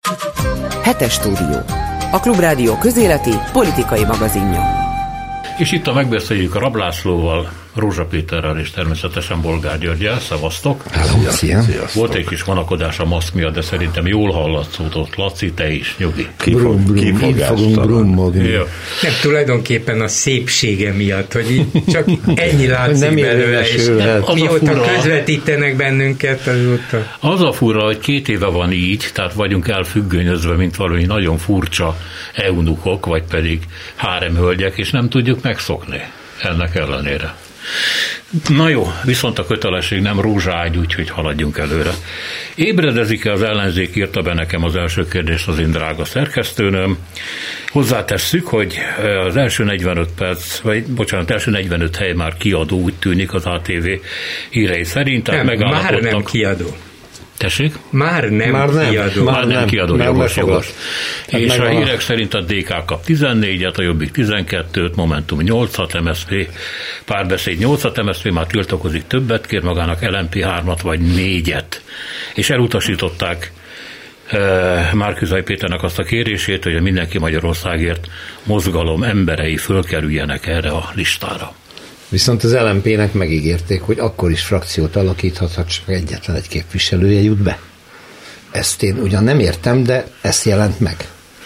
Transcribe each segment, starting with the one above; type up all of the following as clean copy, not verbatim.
Hetes stúdió. A Klubrádió közéleti, politikai magazinja. És itt megbeszéljük a Rab Lászlóval, Rózsa Péterrel és természetesen Bolgár Györgyel. Szevasztok! Szia. Volt egy kis vonakodás a maszk miatt, de szerintem jól hallatszódott. Laci, te is, nyugi. Fogunk brummogni. Nem, tulajdonképpen a szépsége miatt, hogy így csak ennyi látszik belőle, és mióta közvetítenek bennünket, azóta. Az a fura, hogy 2 éve van így, tehát vagyunk elfüggönyözve, mint valami nagyon furcsa eunukok, vagy pedig háremhölgyek, és nem tudjuk megszokni ennek ellenére. Na jó, viszont a kötelesség nem rózságy, úgyhogy haladjunk előre. Ébredezik-e az ellenzék, írta be nekem az első kérdést az én drága szerkesztőnöm. Hozzátesszük, hogy az első 45 perc, első 45 hely már kiadó, úgy tűnik az ATV hírei szerint. Nem, már nem kiadó. Tessék? Már nem kiadó, jogos. És a hírek szerint a DK kap 14-et, a Jobbik 12-t, Momentum 8-at, MSZP Párbeszéd 8-at, MSZP már tiltakozik többet, kér magának LMP 3-at vagy 4-et. És elutasították Márki-Zay Péternek azt a kérését, hogy a Mindenki Magyarországért mozgalom emberei fölkerüljenek erre a listára. Viszont az LMP-nek megígérték, hogy akkor is frakciót alakíthat, csak egyetlen egy képviselője jut be. Ezt én ugyan nem értem, de ezt jelent meg.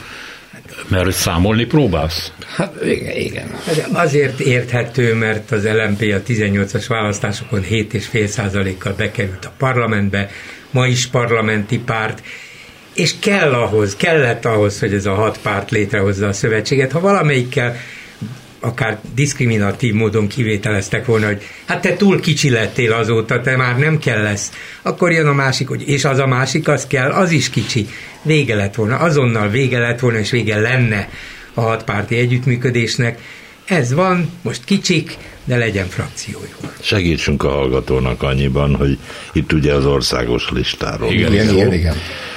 Mert hogy számolni próbálsz? Hát igen. Azért érthető, mert az LMP a 18-as választásokon 7,5%-kal bekerült a parlamentbe, ma is parlamenti párt, és kellett ahhoz, hogy ez a 6 párt létrehozza a szövetséget. Ha valamelyikkel akár diszkriminatív módon kivételeztek volna, hogy hát te túl kicsi lettél azóta, te már nem kell lesz. Akkor jön a másik, hogy és az a másik, az kell, az is kicsi. Vége lett volna, azonnal vége lett volna, és vége lenne a 6 párti együttműködésnek. Ez van, most kicsik, de legyen frakciójuk. Segítsünk a hallgatónak annyiban, hogy itt ugye az országos listáról. Igen.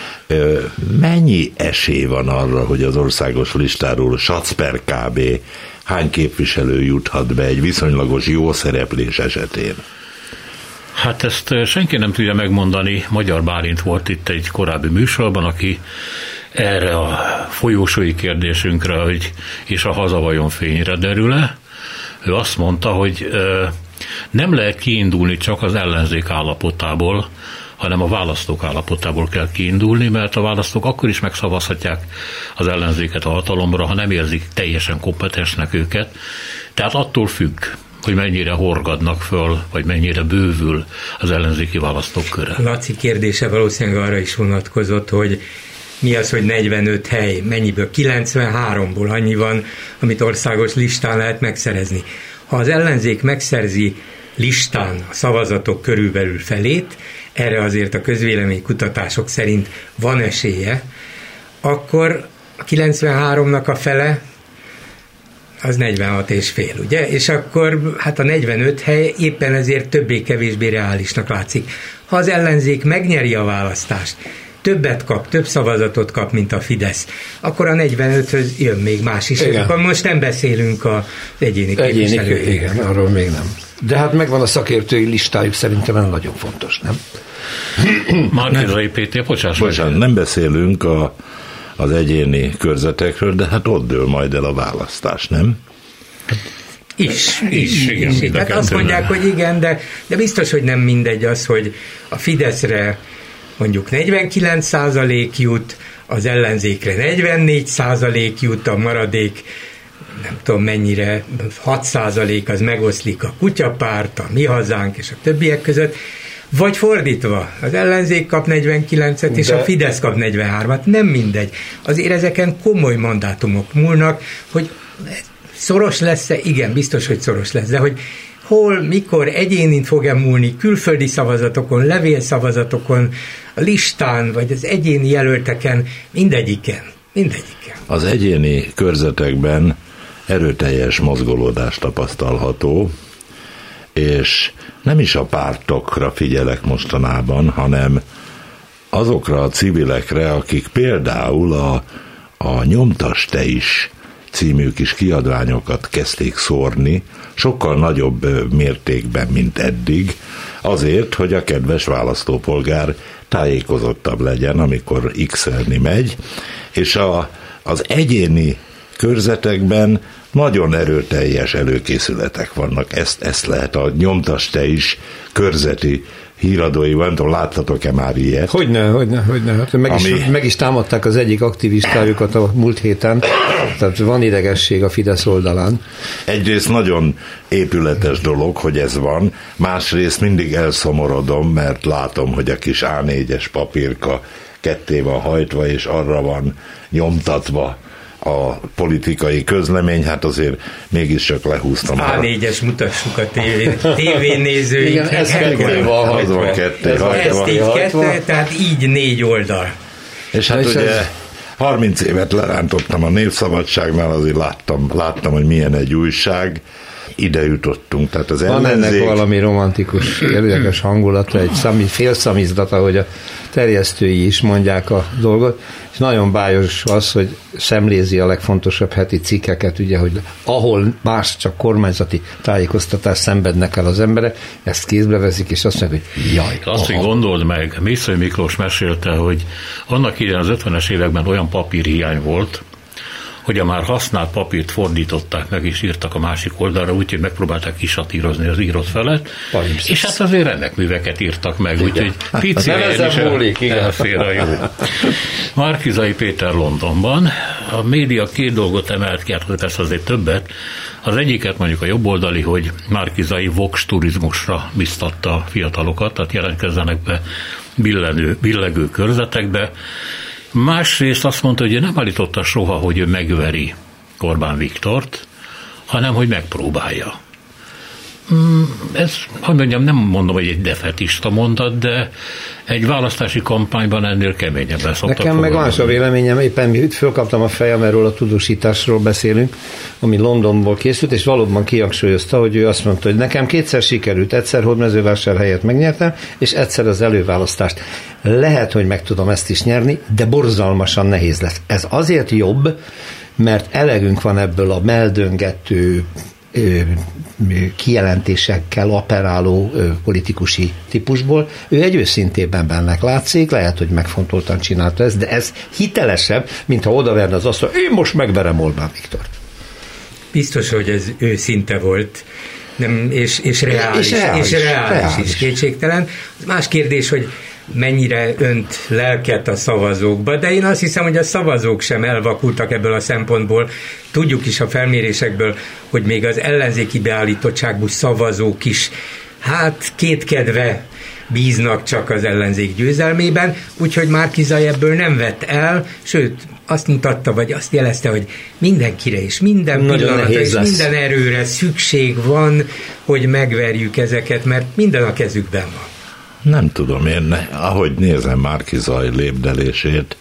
Mennyi esély van arra, hogy az országos listáról SACZ per kb. Hány képviselő juthat be egy viszonylagos jó szereplés esetén? Hát ezt senki nem tudja megmondani. Magyar Bálint volt itt egy korábbi műsorban, aki erre a folyósói kérdésünkre, hogy és a haza vajon fényre derül-e, ő azt mondta, hogy nem lehet kiindulni csak az ellenzék állapotából, hanem a választók állapotából kell kiindulni, mert a választók akkor is megszavazhatják az ellenzéket a hatalomra, ha nem érzik teljesen kompetensnek őket. Tehát attól függ, hogy mennyire horgadnak föl, vagy mennyire bővül az ellenzéki választók köre. Laci kérdése valószínűleg arra is vonatkozott, hogy mi az, hogy 45 hely, mennyiből? 93-ból annyi van, amit országos listán lehet megszerezni. Ha az ellenzék megszerzi listán a szavazatok körülbelül felét, erre azért a közvéleménykutatások szerint van esélye, akkor a 93-nak a fele az 46,5, ugye? És akkor hát a 45 hely éppen ezért többé-kevésbé reálisnak látszik. Ha az ellenzék megnyeri a választást, többet kap, több szavazatot kap, mint a Fidesz, akkor a 45-höz jön még más is. Akkor most nem beszélünk az egyéni képviselőkről. Igen, arról még nem. De hát megvan a szakértői listájuk, szerintem ez nagyon fontos, nem? Márki-Zay Péter, bocsánat, nem beszélünk az egyéni körzetekről, de hát ott dől majd el a választás, nem? Igen. Hát azt mondják, hogy igen, de biztos, hogy nem mindegy az, hogy a Fideszre mondjuk 49% jut, az ellenzékre 44% jut, a maradék nem tudom mennyire, 6% az megoszlik a Kutyapárt, a Mi Hazánk és a többiek között, vagy fordítva, az ellenzék kap 49-et, és a Fidesz kap 43-at, nem mindegy. Azért ezeken komoly mandátumok múlnak, hogy szoros lesz-e? Igen, biztos, hogy szoros lesz, de hogy hol, mikor, egyénint fog-e múlni, külföldi szavazatokon, levélszavazatokon, a listán, vagy az egyéni jelölteken, mindegyiken. Az egyéni körzetekben erőteljes mozgolódás tapasztalható, és nem is a pártokra figyelek mostanában, hanem azokra a civilekre, akik például a Nyomtasd te is című kis kiadványokat kezdték szórni, sokkal nagyobb mértékben, mint eddig, azért, hogy a kedves választópolgár tájékozottabb legyen, amikor X-elni megy, és az egyéni körzetekben nagyon erőteljes előkészületek vannak. Ezt lehet, a nyomtas te is körzeti híradóiban, nem tudom, láttatok-e már ilyet? Hogyne. Hát meg is támadták az egyik aktivistájukat a múlt héten, tehát van idegesség a Fidesz oldalán. Egyrészt nagyon épületes dolog, hogy ez van, másrészt mindig elszomorodom, mert látom, hogy a kis A4-es papírka ketté van hajtva, és arra van nyomtatva a politikai közlemény, hát azért mégiscsak lehúztam. A4-es mutassuk a tévénézőinknek. Igen, ez ketté van hajtva. Ez így kettő, tehát így 4 oldal. És hát ugye 30 évet lerántottam a Népszabadságnál, azért láttam, hogy milyen egy újság. Ide jutottunk, tehát az van ennek valami romantikus, érdekes hangulata, egy félszamizdat, ahogy a terjesztői is mondják a dolgot, és nagyon bájos az, hogy szemlézi a legfontosabb heti cikkeket, ugye, hogy ahol más csak kormányzati tájékoztatás szenvednek el az emberek, ezt kézbe veszik, és azt mondják, hogy jaj. Azt, hogy gondold meg, Mészöly Miklós mesélte, hogy annak idején az 50-es években olyan papírhiány volt, hogy a már használt papírt fordították meg, és írtak a másik oldalra, úgyhogy megpróbálták kisatírozni az írott felet, és hát azért rendekműveket írtak meg, úgyhogy pici helyen is elfér a jó. Márki-Zay Péter Londonban. A média 2 dolgot emelt ki, hát persze azért többet. Az egyiket mondjuk a jobboldali, hogy Márki-Zay vox turizmusra biztatta a fiatalokat, tehát jelentkezzenek be billegő körzetekbe. Másrészt azt mondta, hogy ő nem állította soha, hogy ő megveri Orbán Viktort, hanem hogy megpróbálja. Ez, hogy mondjam, nem mondom, hogy egy defetista mondat, de egy választási kampányban ennél keményebben szoktak Nekem meg más a véleményem, éppen fölkaptam a fejem, erről a tudósításról beszélünk, ami Londonból készült, és valóban kihangsúlyozta, hogy ő azt mondta, hogy nekem 2-szer sikerült, egyszer Hódmezővásárhelyet megnyertem, és egyszer az előválasztást. Lehet, hogy meg tudom ezt is nyerni, de borzalmasan nehéz lesz. Ez azért jobb, mert elegünk van ebből a meldöngető kijelentésekkel operáló politikusi típusból. Ő egy őszintében bennek látszik, lehet, hogy megfontoltan csinálta ezt, de ez hitelesebb, mintha odaverne az asztal, én most megverem Orbán Viktort. Biztos, hogy ez őszinte volt, nem, és reális is, kétségtelen. Más kérdés, hogy mennyire önt lelket a szavazókba, de én azt hiszem, hogy a szavazók sem elvakultak ebből a szempontból. Tudjuk is a felmérésekből, hogy még az ellenzéki beállítottságú szavazók is kétkedve bíznak csak az ellenzék győzelmében, úgyhogy Márki-Zay ebből nem vett el, sőt, azt mutatta, vagy azt jelezte, hogy mindenkire és minden pillanatra és minden erőre szükség van, hogy megverjük ezeket, mert minden a kezükben van. Nem tudom, én ahogy nézem Márki-Zay lépdelését,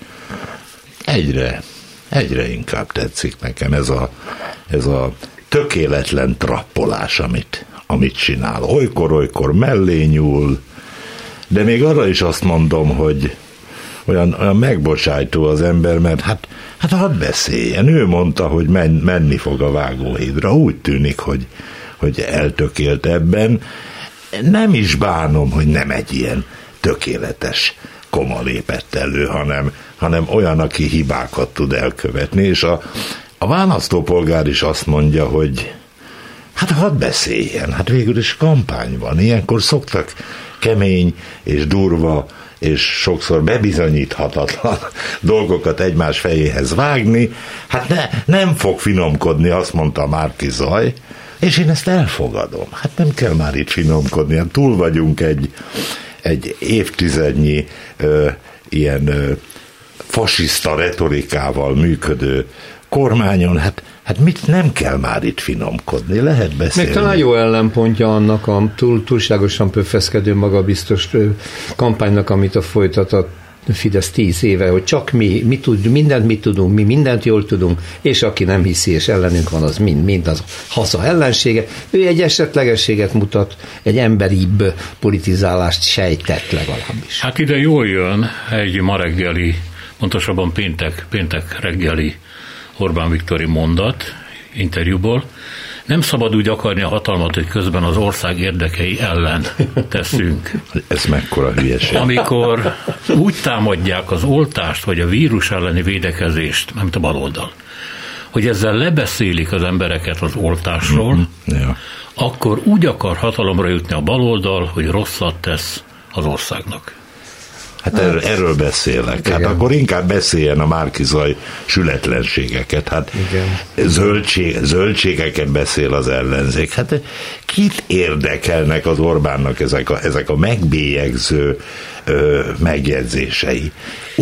egyre inkább tetszik nekem ez a tökéletlen trappolás, amit csinál. Olykor mellé nyúl, de még arra is azt mondom, hogy olyan megbocsájtó az ember, mert hát hadd beszéljen. Ő mondta, hogy menni fog a vágóhídra. Úgy tűnik, hogy eltökélt ebben. Nem is bánom, hogy nem egy ilyen tökéletes koma lépett elő, hanem olyan, aki hibákat tud elkövetni, és a választópolgár is azt mondja, hogy hadd beszéljen, végül is kampány van, ilyenkor szoktak kemény és durva és sokszor bebizonyíthatatlan dolgokat egymás fejéhez vágni, nem fog finomkodni, azt mondta Márki-Zay, és én ezt elfogadom. Nem kell már itt finomkodni, túl vagyunk egy évtizednyi ilyen fasiszta retorikával működő kormányon, mit nem kell már itt finomkodni, lehet beszélni. Meg talán jó ellenpontja annak a túlságosan pöffeszkedő magabiztos kampánynak, amit a folytatott Fidesz 10 éve, hogy csak mi mindent mit tudunk, mi mindent jól tudunk, és aki nem hiszi, és ellenünk van, az mind az haza ellensége. Ő egy esetlegességet mutat, egy emberibb politizálást sejtett legalábbis. Ide jól jön egy ma reggeli, pontosabban péntek reggeli Orbán Viktori mondat interjúból. Nem szabad úgy akarni a hatalmat, hogy közben az ország érdekei ellen teszünk. Ez mekkora hülyeség. Amikor úgy támadják az oltást, vagy a vírus elleni védekezést, mint a baloldal, hogy ezzel lebeszélik az embereket az oltásról, Ja. akkor úgy akar hatalomra jutni a baloldal, hogy rosszat tesz az országnak. Hát erről beszélek. Hát igen. akkor inkább beszéljen a márkizaj sületlenségeket. Hát zöldségeket beszél az ellenzék. Hát kit érdekelnek az Orbánnak ezek a megbélyegző megjegyzései?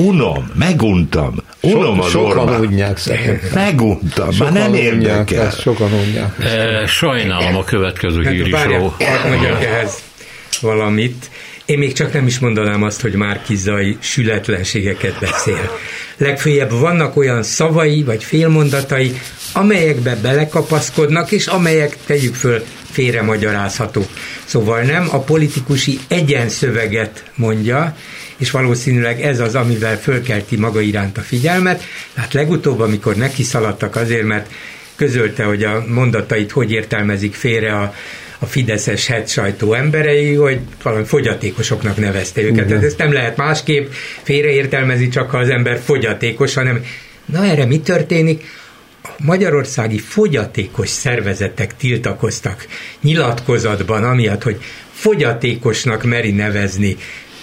Meguntam az sokan Orbán. unják szerintem. Meguntam, már nem érdekel. Sokan unják. Sajnálom a következő hír is. Hadd mondjak ehhez valamit. Én még csak nem is mondanám azt, hogy Márki Zay sületlenségeket beszél. Legfőjebb vannak olyan szavai vagy félmondatai, amelyekbe belekapaszkodnak, és amelyek, tegyük föl, félremagyarázható. Szóval nem a politikusi egyenszöveget mondja, és valószínűleg ez az, amivel fölkelti maga iránt a figyelmet. Hát legutóbb, amikor neki szaladtak azért, mert közölte, hogy a mondatait hogy értelmezik félre a fideszes head-sajtó emberei, hogy valami fogyatékosoknak nevezte őket. Tehát ezt nem lehet másképp félreértelmezni, csak ha az ember fogyatékos, hanem na erre mi történik? A magyarországi fogyatékos szervezetek tiltakoztak nyilatkozatban, amiatt, hogy fogyatékosnak meri nevezni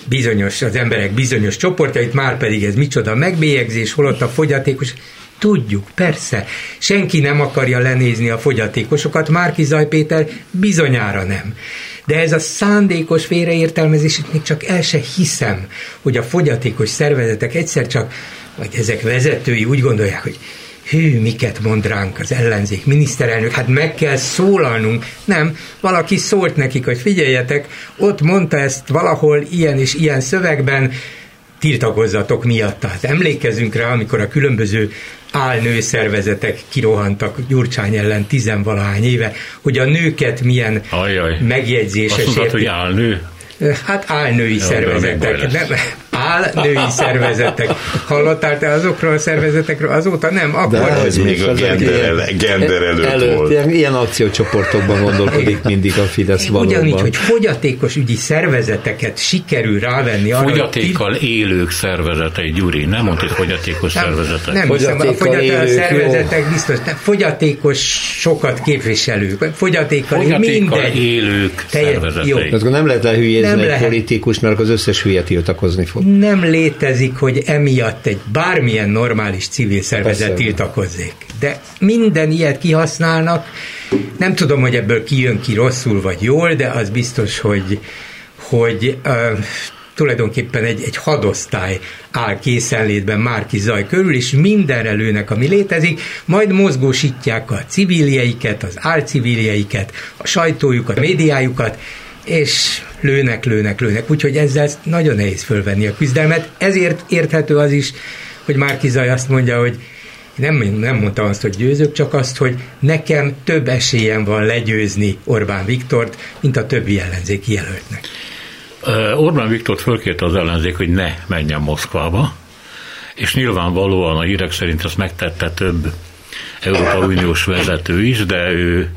az emberek bizonyos csoportjait, már pedig ez micsoda megbélyegzés, holott a fogyatékos. Tudjuk, persze, senki nem akarja lenézni a fogyatékosokat, Márki Zay Péter bizonyára nem. De ez a szándékos félreértelmezés, még csak el se hiszem, hogy a fogyatékos szervezetek egyszer csak, vagy ezek vezetői úgy gondolják, hogy hű, miket mond ránk az ellenzék, miniszterelnök, hát meg kell szólalnunk. Nem, valaki szólt nekik, hogy figyeljetek, ott mondta ezt valahol ilyen és ilyen szövegben, tiltakozzatok miatt. Tehát emlékezzünk rá, amikor a különböző álnő szervezetek kirohantak Gyurcsány ellen 10-valahány éve, hogy a nőket milyen megjegyzéses Azt mondtad, hogy álnő? Hát álnői szervezetek. Nem, álnői szervezetek. Hallottál te azokról a szervezetekről azóta? Nem, akkor... De ez még a gender előtt volt. Ilyen akciócsoportokban gondolkodik mindig a Fidesz valóban. Ugyanígy, hogy fogyatékos ügyi szervezeteket sikerül rávenni arra... Fogyatékkal élők szervezetei, Gyuri, nem mondta, hogy fogyatékos szervezetek. Nem hiszem, a fogyatékos szervezetek biztos, fogyatékos sokat képviselők, fogyatékkal élők szervezetei. Nem lehet lehülyézni egy politikus, mert az összes hülye tiltakozni fog. Nem létezik, hogy emiatt egy bármilyen normális civil szervezet tiltakozzék. De minden ilyet kihasználnak. Nem tudom, hogy ebből kijön ki rosszul vagy jól, de az biztos, hogy tulajdonképpen egy hadosztály áll készenlétben Márki Zay körül, és mindenre lőnek, ami létezik, majd mozgósítják a civiljeiket, az álciviljeiket, a sajtójukat, a médiájukat, és lőnek. Úgyhogy ezzel nagyon nehéz fölvenni a küzdelmet. Ezért érthető az is, hogy Márki Zay azt mondja, hogy nem mondta azt, hogy győzök, csak azt, hogy nekem több esélyem van legyőzni Orbán Viktort, mint a többi ellenzéki jelöltnek. Orbán Viktort fölkérte az ellenzék, hogy ne menjen Moszkvába, és nyilvánvalóan a hírek szerint ezt megtette több Európai Uniós vezető is, de ő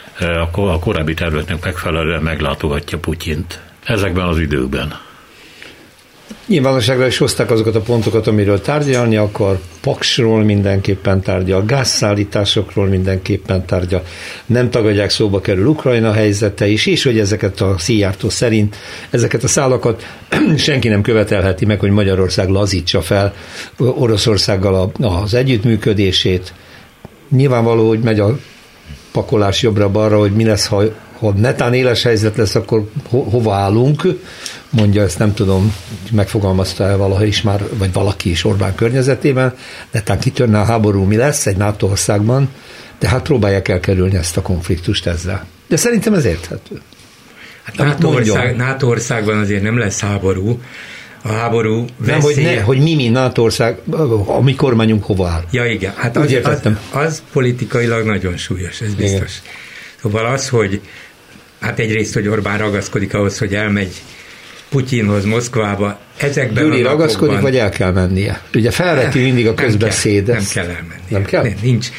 a korábbi területnek megfelelően meglátogatja Putyint ezekben az időkben. Nyilvánosságra is hozták azokat a pontokat, amiről tárgyalni akar, Paksról mindenképpen tárgyal, gázszállításokról mindenképpen tárgyal, nem tagadják, szóba kerül Ukrajna helyzete is, és hogy ezeket a Szijjártó szerint, ezeket a szálakat senki nem követelheti meg, hogy Magyarország lazítsa fel Oroszországgal az együttműködését. Nyilvánvaló, hogy megy a pakolás jobbra-balra, hogy mi lesz, ha netán éles helyzet lesz, akkor hova állunk, mondja, ezt nem tudom, megfogalmazta-e valaha is már, vagy valaki is Orbán környezetében, netán kitörne a háború, mi lesz egy NATO országban, de hát próbálják elkerülni ezt a konfliktust ezzel. De szerintem ez érthető. Hát NATO országban azért nem lesz háború, a háború veszélye. Nem, hogy mi NATO ország, a mi kormányunk hova áll. Ja igen, hát az politikailag nagyon súlyos, ez biztos. Igen. Szóval az, hogy hát egyrészt, hogy Orbán ragaszkodik ahhoz, hogy elmegy Putyinhoz, Moszkvába, ezekben Gyuri ragaszkodik, vagy el kell mennie? Ugye felveti mindig a közbeszéd. Nem kell elmenni. Nem kell? Nincs.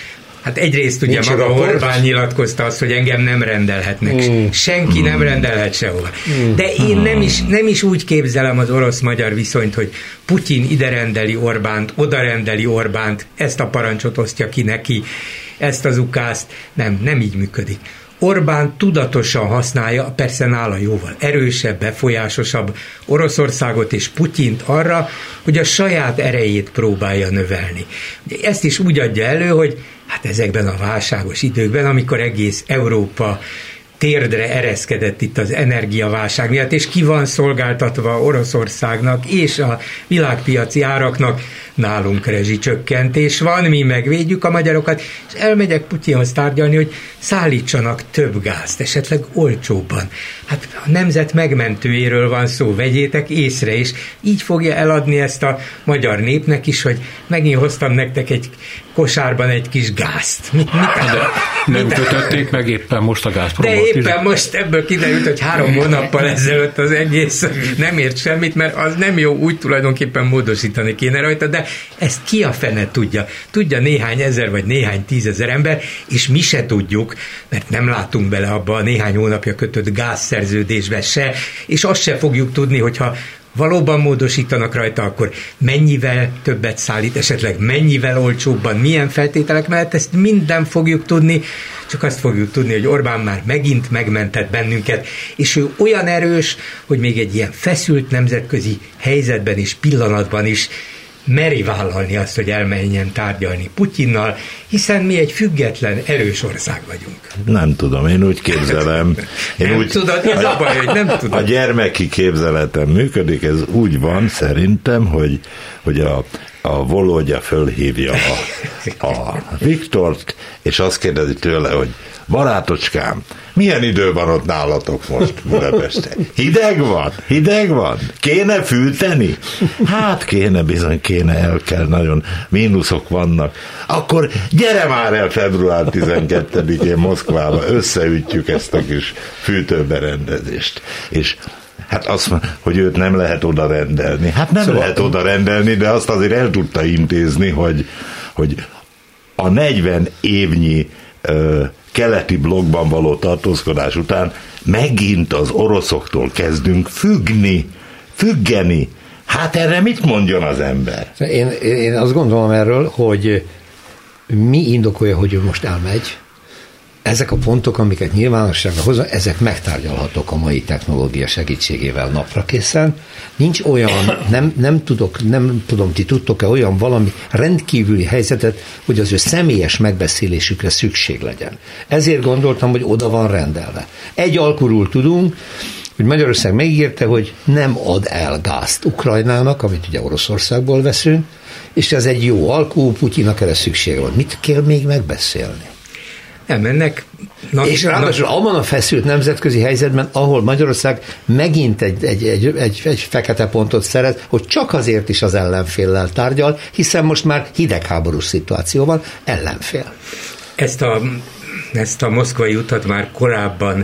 Hát egyrészt ugye maga Orbán nyilatkozta azt, hogy engem nem rendelhetnek. Senki nem rendelhet sehova. De én nem is úgy képzelem az orosz-magyar viszonyt, hogy Putyin ide rendeli Orbánt, oda rendeli Orbánt, ezt a parancsot osztja ki neki, ezt az ukázt. Nem így működik. Orbán tudatosan használja, persze nála jóval erősebb, befolyásosabb Oroszországot és Putyint arra, hogy a saját erejét próbálja növelni. Ezt is úgy adja elő, hogy hát ezekben a válságos időkben, amikor egész Európa térdre ereszkedett itt az energiaválság miatt, és ki van szolgáltatva Oroszországnak és a világpiaci áraknak, nálunk rezsicsökkentés van, mi megvédjük a magyarokat, és elmegyek Putyinhoz tárgyalni, hogy szállítsanak több gázt, esetleg olcsóbban. Hát a nemzet megmentőjéről van szó, vegyétek észre, és így fogja eladni ezt a magyar népnek is, hogy megint hoztam nektek egy kosárban egy kis gázt. Nem kötötték meg éppen most a gázpromot. De éppen most ebből kiderült, hogy 3 hónappal ezelőtt az egész nem ért semmit, mert az nem jó, úgy tulajdonképpen módosítani kéne rajta, de ezt ki a fene tudja? Tudja néhány ezer vagy néhány tízezer ember, és mi se tudjuk, mert nem látunk bele abba a néhány hónapja kötött gázszerződésbe se, és azt se fogjuk tudni, hogyha valóban módosítanak rajta, akkor mennyivel többet szállít, esetleg mennyivel olcsóbban, milyen feltételek mellett, ezt minden fogjuk tudni, csak azt fogjuk tudni, hogy Orbán már megint megmentett bennünket, és ő olyan erős, hogy még egy ilyen feszült nemzetközi helyzetben és pillanatban is meri vállalni azt, hogy elmenjen tárgyalni Putyinnal, hiszen mi egy független, erős ország vagyunk. Nem tudom, én úgy képzelem. Tudod, ez a baj, hogy nem tudod. A gyermeki képzeletem működik, ez úgy van szerintem, hogy a Volodya fölhívja a Viktort, és azt kérdezi tőle, hogy barátocskám, milyen idő van ott nálatok most Budapesten? Hideg van? Kéne fűteni? Hát kéne, el kell, nagyon mínuszok vannak. Akkor gyere már el február 12-én Moszkvába, összeütjük ezt a kis fűtőberendezést. És hát azt mondja, hogy őt nem lehet oda rendelni. Hát nem lehet oda rendelni, de azt azért el tudta intézni, hogy a 40 évnyi keleti blokkban való tartózkodás után megint az oroszoktól kezdünk függeni. Hát erre mit mondjon az ember? Én azt gondolom erről, hogy mi indokolja, hogy ő most elmegy. Ezek a pontok, amiket nyilvánosságra hozza, ezek megtárgyalhatók a mai technológia segítségével napra készen. Nincs olyan, nem tudom, ti tudtok-e olyan valami rendkívüli helyzetet, hogy az ő személyes megbeszélésükre szükség legyen. Ezért gondoltam, hogy oda van rendelve. Egy alkuról tudunk, hogy Magyarország megígérte, hogy nem ad el gázt Ukrajnának, amit ugye Oroszországból veszünk, és ez egy jó alkú, Putyinnak erre szüksége van. Mit kell még megbeszélni? Elmennek. És ráadásul abban a feszült nemzetközi helyzetben, ahol Magyarország megint egy fekete pontot szerez, hogy csak azért is az ellenféllel tárgyal, hiszen most már hidegháborús szituáció van, ellenfél. Ezt a moszkvai utat már korábban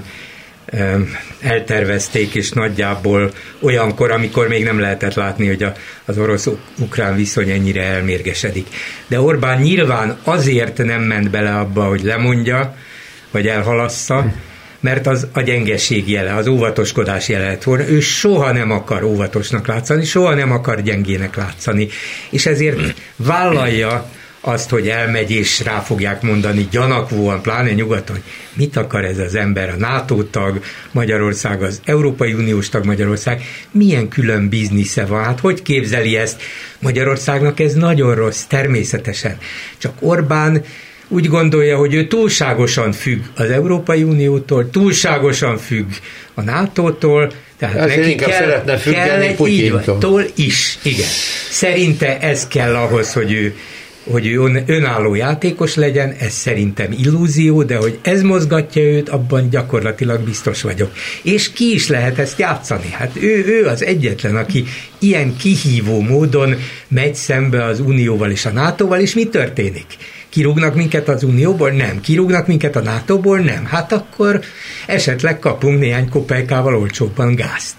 eltervezték, és nagyjából olyankor, amikor még nem lehetett látni, hogy az orosz-ukrán viszony ennyire elmérgesedik. De Orbán nyilván azért nem ment bele abba, hogy lemondja, vagy elhalassza, mert az a gyengeség jele, az óvatoskodás jele lett volna. Ő soha nem akar óvatosnak látszani, soha nem akar gyengének látszani, és ezért vállalja azt, hogy elmegy, és rá fogják mondani gyanakvóan, pláne nyugaton, hogy mit akar ez az ember, a NATO tag Magyarország, az Európai Uniós tag Magyarország, milyen külön biznisze van, hát hogy képzeli ezt? Magyarországnak ez nagyon rossz, természetesen. Csak Orbán úgy gondolja, hogy ő túlságosan függ az Európai Uniótól, túlságosan függ a NATO-tól, tehát neki szeretne függeni Putyintól is, igen. Szerinte ez kell ahhoz, hogy ő önálló játékos legyen, ez szerintem illúzió, de hogy ez mozgatja őt, abban gyakorlatilag biztos vagyok. És ki is lehet ezt játszani? Hát ő az egyetlen, aki ilyen kihívó módon megy szembe az Unióval és a NATO-val, és mi történik? Kirúgnak minket az Unióból? Nem. Kirúgnak minket a NATO-ból? Nem. Hát akkor esetleg kapunk néhány kopejkával olcsóbban gázt.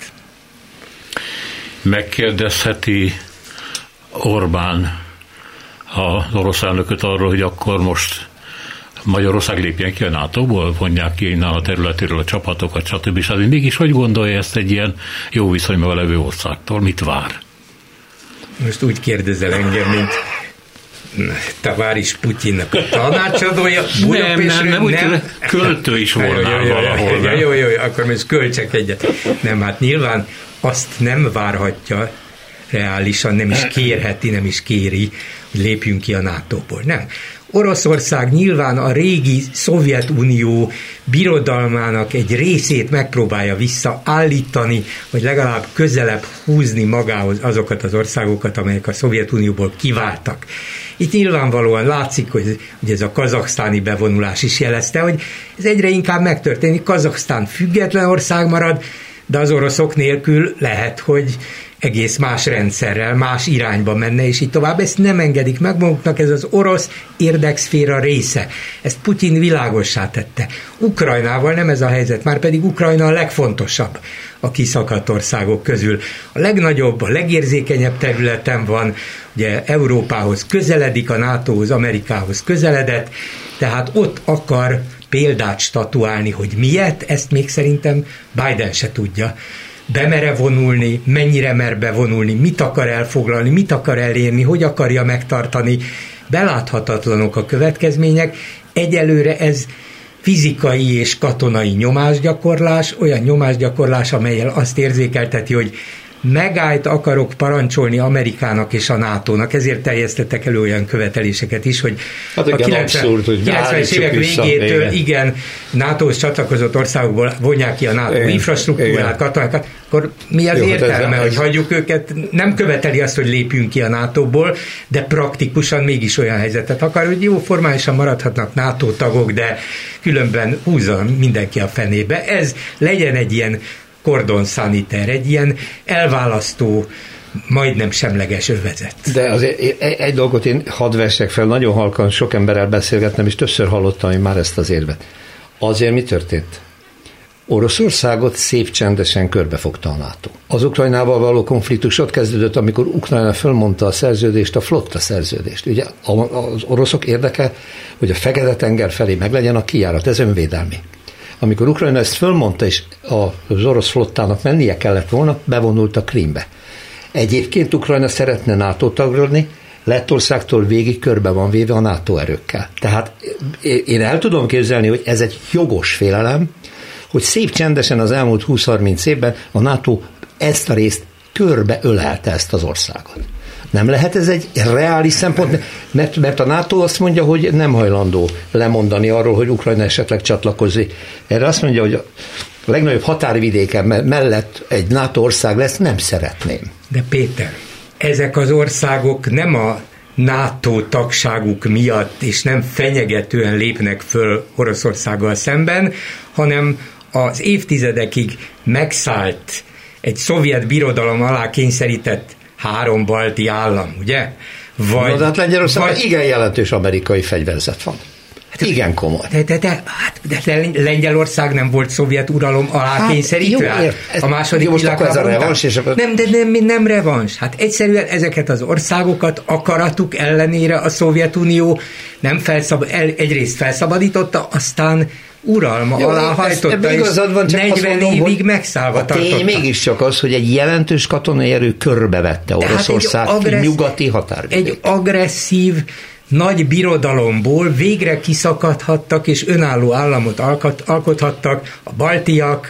Megkérdezheti Orbán az orosz elnököt arról, hogy akkor most Magyarország lépjen ki a NATO-ból, vonják ki innen a területéről a csapatokat, stb. Mégis hogy gondolja ezt egy ilyen jó viszonyban levő országtól? Mit vár? Most úgy kérdezel engem, mint Tavares Putyinnak a tanácsadója. Nem, úgy költő is volna valahol. Jó, akkor most költsek egyet. Nem, hát nyilván azt nem várhatja reálisan, nem is kérheti, nem is kéri, hogy lépjünk ki a NATO-ból. Nem. Oroszország nyilván a régi Szovjetunió birodalmának egy részét megpróbálja visszaállítani, vagy legalább közelebb húzni magához azokat az országokat, amelyek a Szovjetunióból kiváltak. Itt nyilvánvalóan látszik, hogy ez a kazaksztáni bevonulás is jelezte, hogy ez egyre inkább megtörténik. Kazaksztán független ország marad, de az oroszok nélkül lehet, hogy egész más rendszerrel, más irányba menne, és így tovább. Ezt nem engedik meg maguknak, ez az orosz érdekszféra része. Ezt Putyin világossá tette. Ukrajnával nem ez a helyzet, már pedig Ukrajna a legfontosabb a kiszakadt országok közül. A legnagyobb, a legérzékenyebb területen van, ugye Európához közeledik, a NATO-hoz, Amerikához közeledett, tehát ott akar példát statuálni, hogy miért, ezt még szerintem Biden se tudja. Bemere vonulni, mennyire mer bevonulni, mit akar elfoglalni, mit akar elérni, hogy akarja megtartani. Beláthatatlanok a következmények. Egyelőre ez fizikai és katonai nyomásgyakorlás, olyan nyomásgyakorlás, amellyel azt érzékelteti, hogy megállt akarok parancsolni Amerikának és a NATO-nak, ezért terjesztettek elő olyan követeléseket is, hogy hát a 90-es évek végétől igen, NATO-hoz csatlakozott országokból vonják ki a NATO infrastruktúrát, katonákat, akkor mi az értelme, hogy hagyjuk őket, nem követeli azt, hogy lépjünk ki a NATO-ból, de praktikusan mégis olyan helyzetet akar, hogy jó, formálisan maradhatnak NATO tagok, de különben húzza mindenki a fenébe. Ez legyen egy ilyen kordon szaniter, egy ilyen elválasztó, majdnem semleges övezet. De azért egy dolgot én hadd vessek fel, nagyon halkan sok emberrel beszélgetnem, és többször hallottam én már ezt az érvet. Azért mi történt? Oroszországot szép csendesen körbefogta a NATO. Az Ukrajnával való konfliktus ott kezdődött, amikor Ukrajna fölmondta a szerződést, a flotta szerződést. Ugye az oroszok érdeke, hogy a Fekete-tenger felé meglegyen a kijárat, ez önvédelmi. Amikor Ukrajna ezt fölmondta, és az orosz flottának mennie kellett volna, bevonult a Krímbe. Egyébként Ukrajna szeretne NATO tagolni, Lettországtól végig körbe van véve a NATO erőkkel. Tehát én el tudom képzelni, hogy ez egy jogos félelem, hogy szép csendesen az elmúlt 20-30 évben a NATO ezt a részt körbe ölelte ezt az országot. Nem lehet ez egy reális szempont, mert a NATO azt mondja, hogy nem hajlandó lemondani arról, hogy Ukrajna esetleg csatlakozik. Erre azt mondja, hogy a legnagyobb határvidéken mellett egy NATO ország lesz, nem szeretném. De Péter, ezek az országok nem a NATO tagságuk miatt, és nem fenyegetően lépnek föl Oroszországgal szemben, hanem az évtizedekig megszállt, egy szovjet birodalom alá kényszerített 3 balti állam, ugye? Vagy, de hát Lengyelországban igen jelentős amerikai fegyverzet van. Hát igen komoly. De Lengyelország nem volt szovjet uralom alá kényszerítve? A második világháború. Nem revans. Hát egyszerűen ezeket az országokat akaratuk ellenére a Szovjetunió nem egyrészt felszabadította, aztán uralma alá hajtotta, és 40 évig megszállva tartotta. Mégiscsak az, hogy egy jelentős katonai erő körbevette Oroszország nyugati határvidékét. Egy agresszív nagy birodalomból végre kiszakadhattak, és önálló államot alkothattak a baltiak,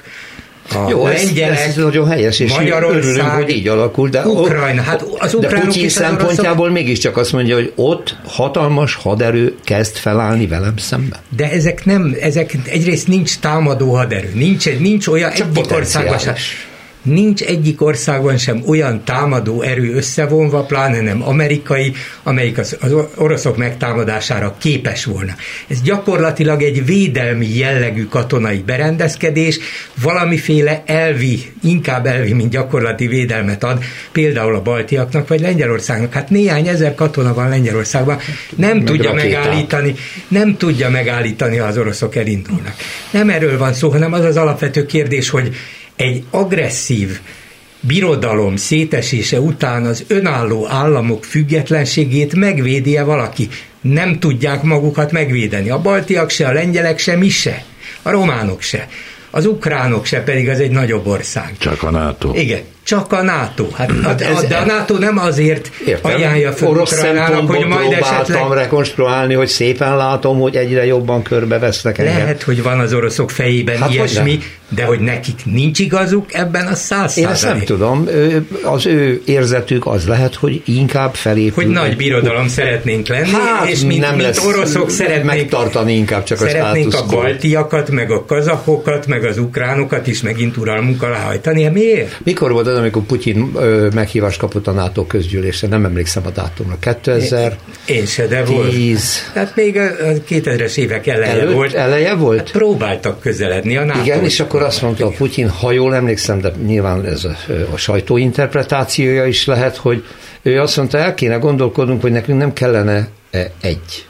a lengyelek, ez nagyon helyes, és örülünk, hogy így alakul, de Ukrajna, de Putyin szempontjából mégiscsak azt mondja, hogy ott hatalmas haderő kezd felállni velem szemben. De ezek egyrészt nincs támadó haderő, nincs olyan egyik országban sem. Nincs egyik országban sem olyan támadó erő összevonva, pláne nem amerikai, amelyik az oroszok megtámadására képes volna. Ez gyakorlatilag egy védelmi jellegű katonai berendezkedés, valamiféle inkább elvi, mint gyakorlati védelmet ad, például a baltiaknak vagy Lengyelországnak. Hát néhány ezer katona van Lengyelországban, nem tudja megállítani, ha az oroszok elindulnak. Nem erről van szó, hanem az az alapvető kérdés, hogy egy agresszív birodalom szétesése után az önálló államok függetlenségét megvédi-e valaki? nem tudják magukat megvédeni. A baltiak se, a lengyelek se, mi se. A románok se. Az ukránok se, pedig az egy nagyobb ország. Csak a NATO. Igen, csak a NATO. De a NATO nem azért ajánlja fel Ukrajnának, hogy majd esetleg... rekonstruálni, hogy szépen látom, hogy egyre jobban körbevesznek engem. Lehet, hogy van az oroszok fejében ilyesmi, de hogy nekik nincs igazuk ebben a 100%. Én ezt nem tudom. Az ő érzetük az lehet, hogy inkább felépül. Hogy nagy birodalom szeretnénk lenni, és mint oroszok szeretnénk megtartani inkább csak a szeretnénk státusz quo. A baltiakat, meg a kazakokat, meg az ukránokat is megint uralmunk alá hajtani. Miért? Mikor volt az, amikor Putyin meghívást kapott a NATO közgyűlésre? Nem emlékszem a dátumra. 2000? Én se, de volt. 10. Hát még a 2000-es évek eleje volt? Hát próbáltak közeledni a NATO. Igen, és akkor azt mondta a Putyin, ha jól emlékszem, de nyilván ez a sajtó interpretációja is lehet, hogy ő azt mondta, el kéne gondolkodnunk, hogy nekünk nem kellene egy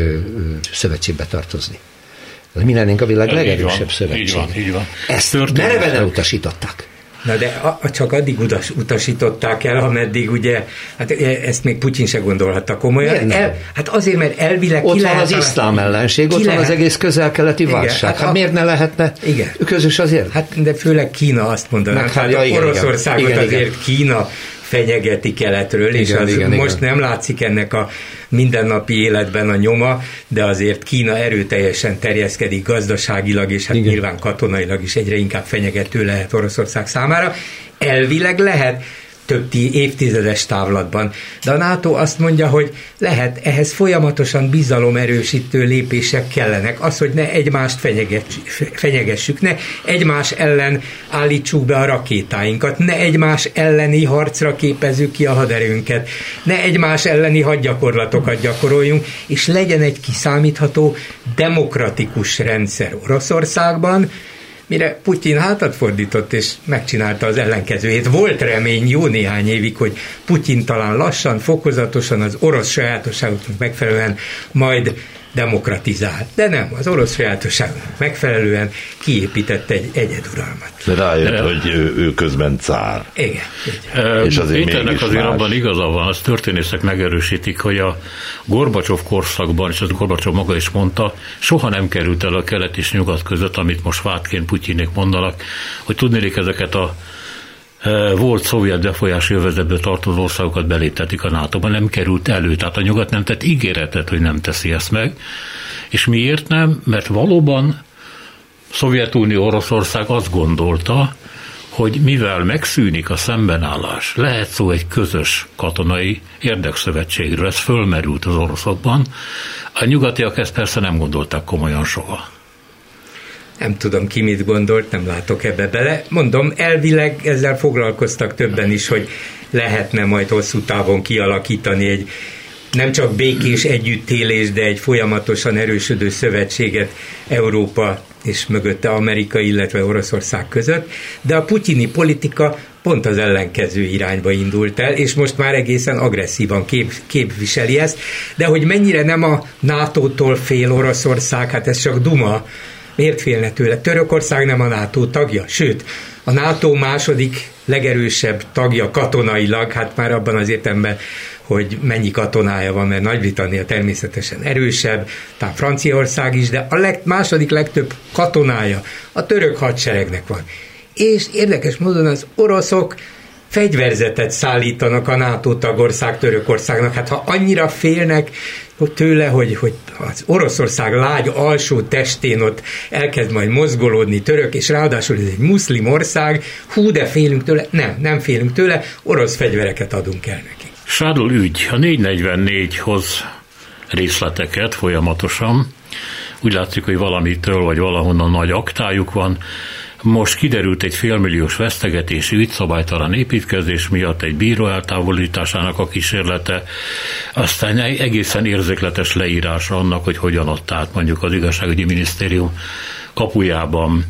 szövetségbe tartozni. Mi lennénk a világ legerősebb szövetség. Így van. Ezt mereven elutasították. Na de csak addig utasították el, ameddig ugye, hát ezt még Putyin se gondolhatta komolyan. Hát azért, mert elvileg ott van az iszlám ellenség, ott van az egész közel-keleti válság. Hát miért ne lehetne közös azért? Hát de főleg Kína azt mondaná. Hát Oroszországot azért Kína fenyegeti keletről, és most nem látszik ennek a mindennapi életben a nyoma, de azért Kína erőteljesen terjeszkedik gazdaságilag, és hát nyilván katonailag is egyre inkább fenyegető lehet Oroszország számára. Elvileg lehet több évtizedes távlatban. De a NATO azt mondja, hogy lehet, ehhez folyamatosan bizalomerősítő lépések kellenek. Az, hogy ne egymást fenyegessük, ne egymás ellen állítsuk be a rakétáinkat, ne egymás elleni harcra képezzük ki a haderőnket, ne egymás elleni hadgyakorlatokat gyakoroljunk, és legyen egy kiszámítható demokratikus rendszer Oroszországban, mire Putyin hátat fordított, és megcsinálta az ellenkezőjét. Volt remény jó néhány évig, hogy Putyin talán lassan, fokozatosan az orosz sajátosságoknak megfelelően majd demokratizál. De nem, az orosz sajátosságoknak megfelelően kiépített egy egyeduralmat. De rájött, hogy ő közben cár. Igen. És azért Péternek azért abban igaza van, az történészek megerősítik, hogy a Gorbacsov korszakban, és az Gorbacsov maga is mondta, soha nem került el a kelet és nyugat között, amit most vádként Putyinék mondanak, hogy tudnélik ezeket a volt szovjet befolyási övezetből tartozó országokat beléptetik a NATO-ba, nem került elő, tehát a nyugat nem tett ígéretet, hogy nem teszi ezt meg. És miért nem? Mert valóban Szovjetunió, Oroszország azt gondolta, hogy mivel megszűnik a szembenállás, lehet szó egy közös katonai érdekszövetségről, ez fölmerült az oroszokban. A nyugatiak ezt persze nem gondolták komolyan soha. Nem tudom, ki mit gondolt, nem látok ebbe bele. Mondom, elvileg ezzel foglalkoztak többen is, hogy lehetne majd hosszú távon kialakítani egy nem csak békés együttélés, de egy folyamatosan erősödő szövetséget Európa és mögötte Amerika, illetve Oroszország között, de a putyini politika pont az ellenkező irányba indult el, és most már egészen agresszívan képviseli ezt, de hogy mennyire nem a NATO-tól fél Oroszország, hát ez csak duma. Miért félne tőle? Törökország nem a NATO tagja, sőt, a NATO második legerősebb tagja katonailag, hát már abban az értelemben, hogy mennyi katonája van, mert Nagy-Britannia természetesen erősebb, tehát Franciaország is, de a második legtöbb katonája a török hadseregnek van. És érdekes módon az oroszok fegyverzetet szállítanak a NATO tagország Törökországnak. Hát ha annyira félnek tőle, hogy az Oroszország lágy alsó testén ott elkezd majd mozgolódni török, és ráadásul ez egy muszlim ország, de félünk tőle? Nem félünk tőle, orosz fegyvereket adunk el neki. Sádl ügy, a 444 hoz részleteket folyamatosan. Úgy látszik, hogy valamitől vagy valahonnan nagy aktájuk van. Most kiderült egy félmilliós vesztegetési ügy szabálytalan építkezés miatt, egy bíró eltávolításának a kísérlete, aztán egészen érzékletes leírása annak, hogy hogyan adta át mondjuk az igazságügyi minisztérium kapujában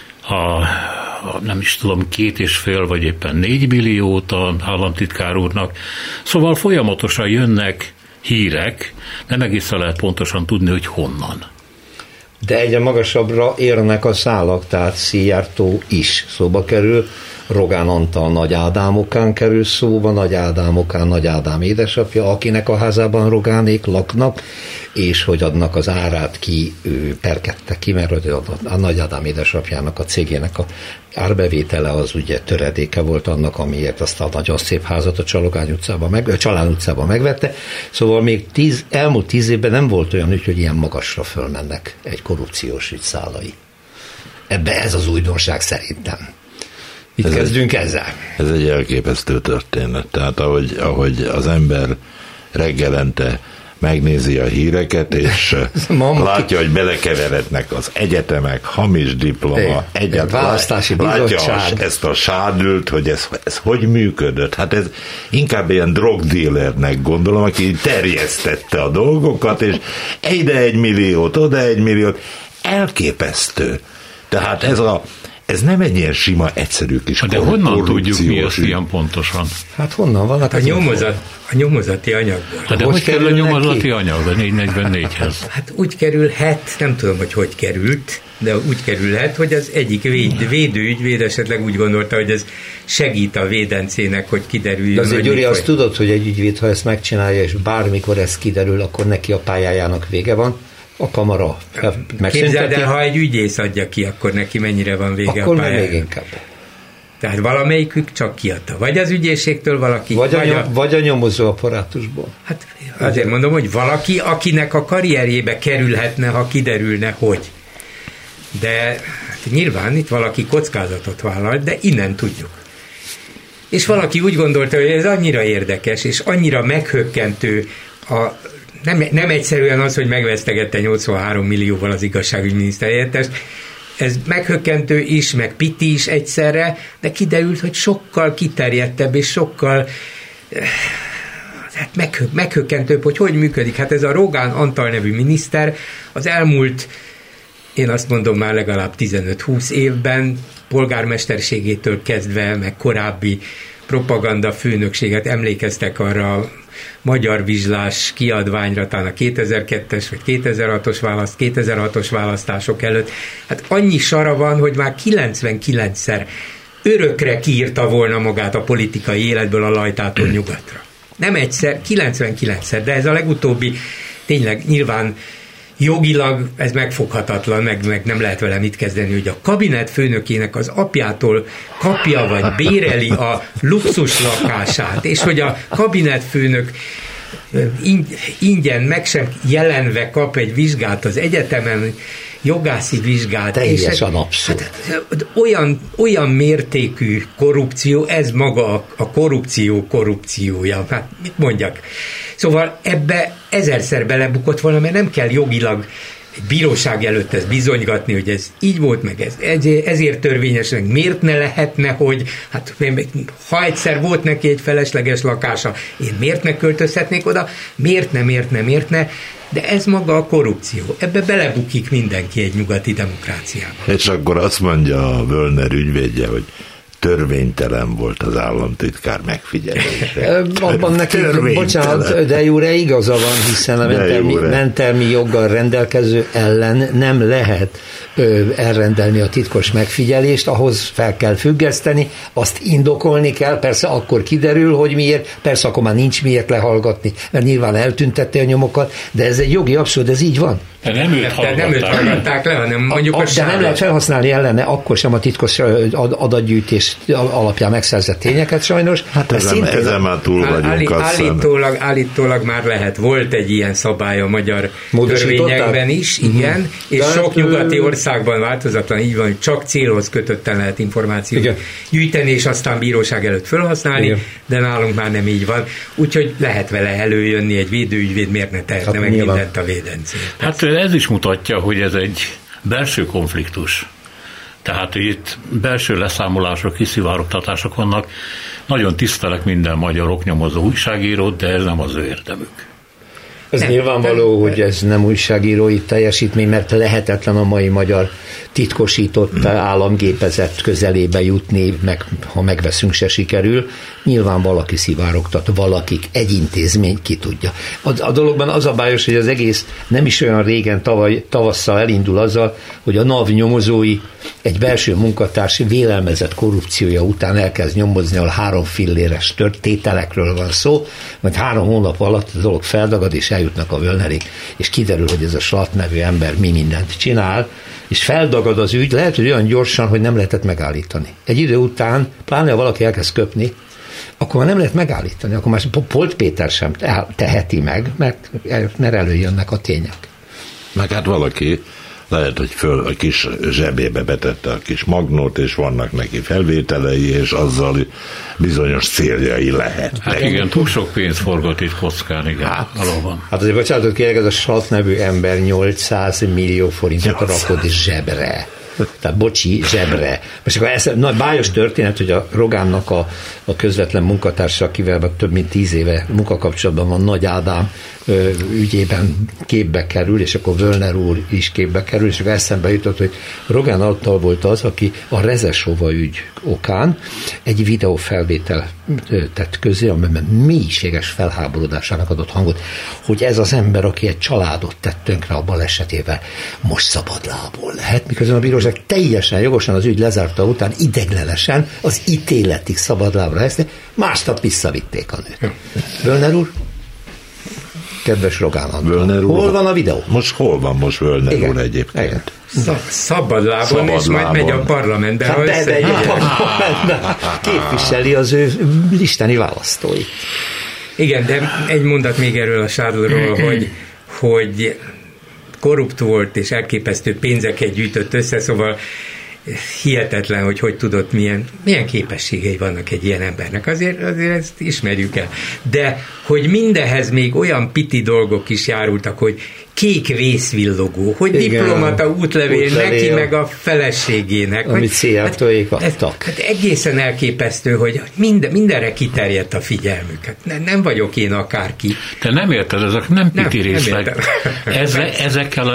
nem is tudom, 2,5 vagy éppen 4 milliót az államtitkár úrnak. Szóval folyamatosan jönnek hírek, nem egészen lehet pontosan tudni, hogy honnan. De egyre magasabbra érnek a szálak, tehát Szijjártó is szóba kerül. Rogán Antal Nagy Ádám okán kerül szóba, Nagy Ádám okán Nagy Ádám édesapja, akinek a házában Rogánék laknak, és hogy adnak az árát ki, perkedte ki, mert a Nagy Ádám édesapjának a cégének a árbevétele az ugye töredéke volt annak, amiért azt a nagyon szép házat a Csalán utcában megvette. Szóval még elmúlt 10 évben nem volt olyan ügy, hogy ilyen magasra fölmennek egy korrupciós ügy szálai. Ebbe ez az újdonság szerintem. Mit kezdünk ezzel? Ez egy elképesztő történet. Tehát ahogy az ember reggelente megnézi a híreket, és látja, hogy belekeverednek az egyetemek, hamis diploma, választási bizottság. Látja ezt a sádült, hogy ez hogy működött. Hát ez inkább ilyen drogdílernek gondolom, aki terjesztette a dolgokat, és ide 1 milliót, oda 1 milliót. Elképesztő. Tehát ez nem egy ilyen sima, egyszerű kis de honnan tudjuk mi ezt ilyen pontosan? Hát honnan van? Hát a nyomozati anyagból. De hogy kerül a nyomozati anyag a 444-hez? Hát úgy kerülhet, nem tudom, hogy került, de úgy kerülhet, hogy az egyik védőügyvéd esetleg úgy gondolta, hogy ez segít a védencének, hogy kiderüljön. De azért Gyuri, azt tudod, hogy egy ügyvéd, ha ezt megcsinálja, és bármikor ez kiderül, akkor neki a pályájának vége van. A kamara megszünteti. Képzeld el, ha egy ügyész adja ki, akkor neki mennyire van vége akkor a pályájának. Akkor még inkább. Tehát valamelyikük csak kiadta. Vagy az ügyészségtől valaki. Vagy a nyomozó apparátusból. Hát azért mondom, hogy valaki, akinek a karrierjébe kerülhetne, ha kiderülne, hogy. De hát nyilván itt valaki kockázatot vállalt, de innen tudjuk. És valaki úgy gondolta, hogy ez annyira érdekes, és annyira meghökkentő nem egyszerűen az, hogy megvesztegette 83 millióval az igazságügyminiszter helyettest, ez meghökkentő is, meg piti is egyszerre, de kiderült, hogy sokkal kiterjedtebb, és sokkal meghökkentőbb, hogy működik. Hát ez a Rogán Antal nevű miniszter az elmúlt, én azt mondom már legalább 15-20 évben, polgármesterségétől kezdve, meg korábbi propaganda főnökséget, emlékeztek arra Magyar Vizslás kiadványra, talán a 2002-es vagy 2006-os választások előtt. Hát annyi sara van, hogy már 99-szer örökre kiírta volna magát a politikai életből a Lajtától nyugatra. Nem egyszer, 99-szer, de ez a legutóbbi tényleg nyilván jogilag ez megfoghatatlan, meg nem lehet vele mit kezdeni, hogy a kabinett főnökének az apjától kapja vagy béreli a luxus lakását, és hogy a kabinett főnök ingyen meg sem jelenve kap egy vizsgát az egyetemen, jogászi vizsgát. Teljesen abszurd. Hát, olyan mértékű korrupció, ez maga a korrupciója. Hát mit mondjak? Szóval ebbe 1000-szer belebukott volna, mert nem kell jogilag egy bíróság előtt ezt bizonygatni, hogy ez így volt, meg ezért törvényes, meg miért ne lehetne, hogy hát ha egyszer volt neki egy felesleges lakása, én miért ne költözhetnék oda, miért ne, de ez maga a korrupció. Ebbe belebukik mindenki egy nyugati demokráciában. És akkor azt mondja a Völner ügyvédje, hogy törvénytelen volt az államtitkár megfigyelése. Abban neki, bocsánat, de jóra igaza van, hiszen a mentelmi joggal rendelkező ellen nem lehet elrendelni a titkos megfigyelést, ahhoz fel kell függeszteni, azt indokolni kell, persze akkor kiderül, hogy miért, persze akkor már nincs miért lehallgatni, mert nyilván eltüntette a nyomokat, de ez egy jogi abszurd, ez így van. De nem őt hallgatták le, hanem mondjuk de nem lehet felhasználni ellene akkor sem a titkos adatgyűjtés alapján megszerzett tényeket sajnos. Hát ezen már túl vagyunk. Állítólag már lehet. Volt egy ilyen szabály a magyar törvényekben is, igen, és sok nyugati országban változatlan így van, hogy csak célhoz kötötten lehet információt gyűjteni, és aztán bíróság előtt felhasználni, de nálunk már nem így van. Úgyhogy lehet vele előjönni, egy védőügyvéd miért ne tehetne meg mindent a védencét. Hát ez is mutatja, hogy ez egy belső konfliktus. Tehát itt belső leszámolások, kiszivárogtatások vannak. Nagyon tisztelek minden magyar oknyomozó újságírót, de ez nem az ő érdemük. Ez nyilvánvaló, hogy ez nem újságírói teljesítmény, mert lehetetlen a mai magyar titkosított államgépezet közelébe jutni, meg ha megveszünk, se sikerül. Nyilván valaki szivárogtat, valakik, egy intézmény, ki tudja. A dologban az a bájos, hogy az egész nem is olyan régen tavasszal elindul azzal, hogy a NAV nyomozói egy belső munkatárs vélelmezett korrupciója után elkezd nyomozni, ahol 3 filléres tételekről van szó, majd 3 hónap alatt a dolog feldagad, és eljutnak a Völnerig, és kiderül, hogy ez a Slat nevű ember mi mindent csinál, és feldagad az ügy, lehet, hogy olyan gyorsan, hogy nem lehetett megállítani. Egy idő után, pláne ha valaki elkezd köpni, akkor már nem lehet megállítani, akkor már Polt Péter sem teheti meg, mert előjönnek a tények. Meg hát valaki lehet, hogy föl a kis zsebébe betette a kis magnót, és vannak neki felvételei, és azzal bizonyos céljai lehet. Hát igen, túl sok pénz forgott itt kockán, igen, valóban. Hát azért bocsánatot kérek, ez a Slat nevű ember 800 millió forintot rakott zsebre. Tehát bocsi, zsebre. Most akkor bájos történet, hogy a Rogánnak a közvetlen munkatársa, akivel több mint 10 éve munkakapcsolatban van, Nagy Ádám ügyében képbe kerül, és akkor Völner úr is képbe kerül, és akkor eszembe jutott, hogy Rogán Antal volt az, aki a Rezesova ügy okán egy videófelvétel tett közé, amiben mélységes felháborodásának adott hangot, hogy ez az ember, aki egy családot tett tönkre a balesetével, most szabadlából lehet, miközben a bíróság teljesen jogosan az ügy lezárta után ideiglenesen az ítéletig szabadlábra helyezte, másnap visszavitték a nőt. Völner úr? Kedves Rogán Antal, hol van a videó? Hol van Völner úr egyébként? Igen. Szabadlábon, és majd megy a parlamentbe. Hát bemegy a parlamentbe. Képviseli az ő isteni választóit. Igen, de egy mondat még erről a Charlesról, hogy korrupt volt, és elképesztő pénzeket gyűjtött össze, szóval hihetetlen, hogy tudott, milyen képességei vannak egy ilyen embernek. Azért ezt ismerjük el. De hogy mindenhez még olyan piti dolgok is járultak, hogy kék vészvillogó, hogy igen, diplomata útlevél neki, meg a feleségének. Amit Szijjártóék adtak. Hát egészen elképesztő, hogy mindenre kiterjedt a figyelmük. Nem vagyok én akárki. Te nem érted, ezek nem piti részleg. Ezekkel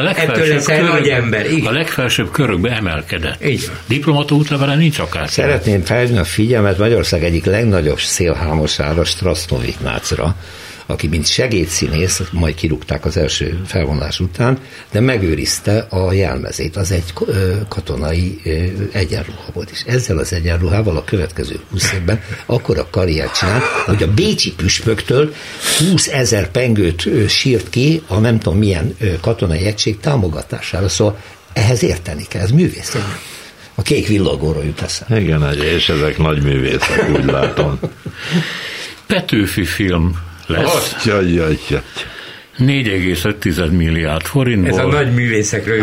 a legfelsőbb körökbe emelkedett. Diplomata útlevele nincs akár. Szeretném felhívni a figyelmet Magyarország egyik legnagyobb szélhámosára, Strasztó Ignácra, aki mint segédszínész, majd kirúgták az első felvonulás után, de megőrizte a jelmezét, az egy katonai egyenruha volt. És ezzel az egyenruhával a következő 20 évben akkora karriert csinált, hogy a bécsi püspöktől 20 000 pengőt sírt ki a nem tudom milyen katonai egység támogatására. Szóval ehhez érteni kell, ez művész. A kék villogóról jut eszembe. Igen, és ezek nagy művészek, úgy látom. Petőfi film lesz. 4,5 milliárd forintból. Ez a nagy művészekről.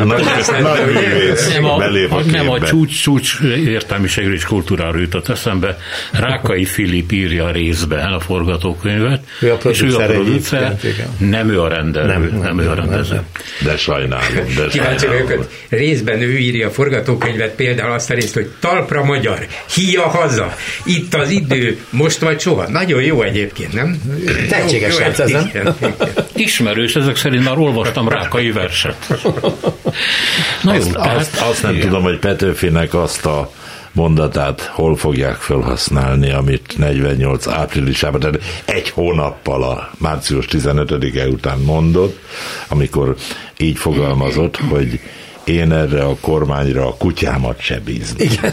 Nem a csúcs értelmiségről és kultúráról jutott eszembe. Rákai Filip írja részben a forgatókönyvet, és ő a producer, nem ő a rendelő. Nem ő a rendező. De sajnálom. Kíváncsi vagyok, részben ő írja a forgatókönyvet, például azt a részt, hogy talpra magyar, híja haza, itt az idő, most vagy soha. Nagyon jó egyébként, nem? Tehetséges lesz ezen. Ismerős, ezek szerint már olvastam Rákai verset. Azt nem tudom, hogy Petőfinek azt a mondatát hol fogják felhasználni, amit 48 áprilisában, tehát egy hónappal a március 15-e után mondott, amikor így fogalmazott, hogy én erre a kormányra a kutyámat se bízni. Igen.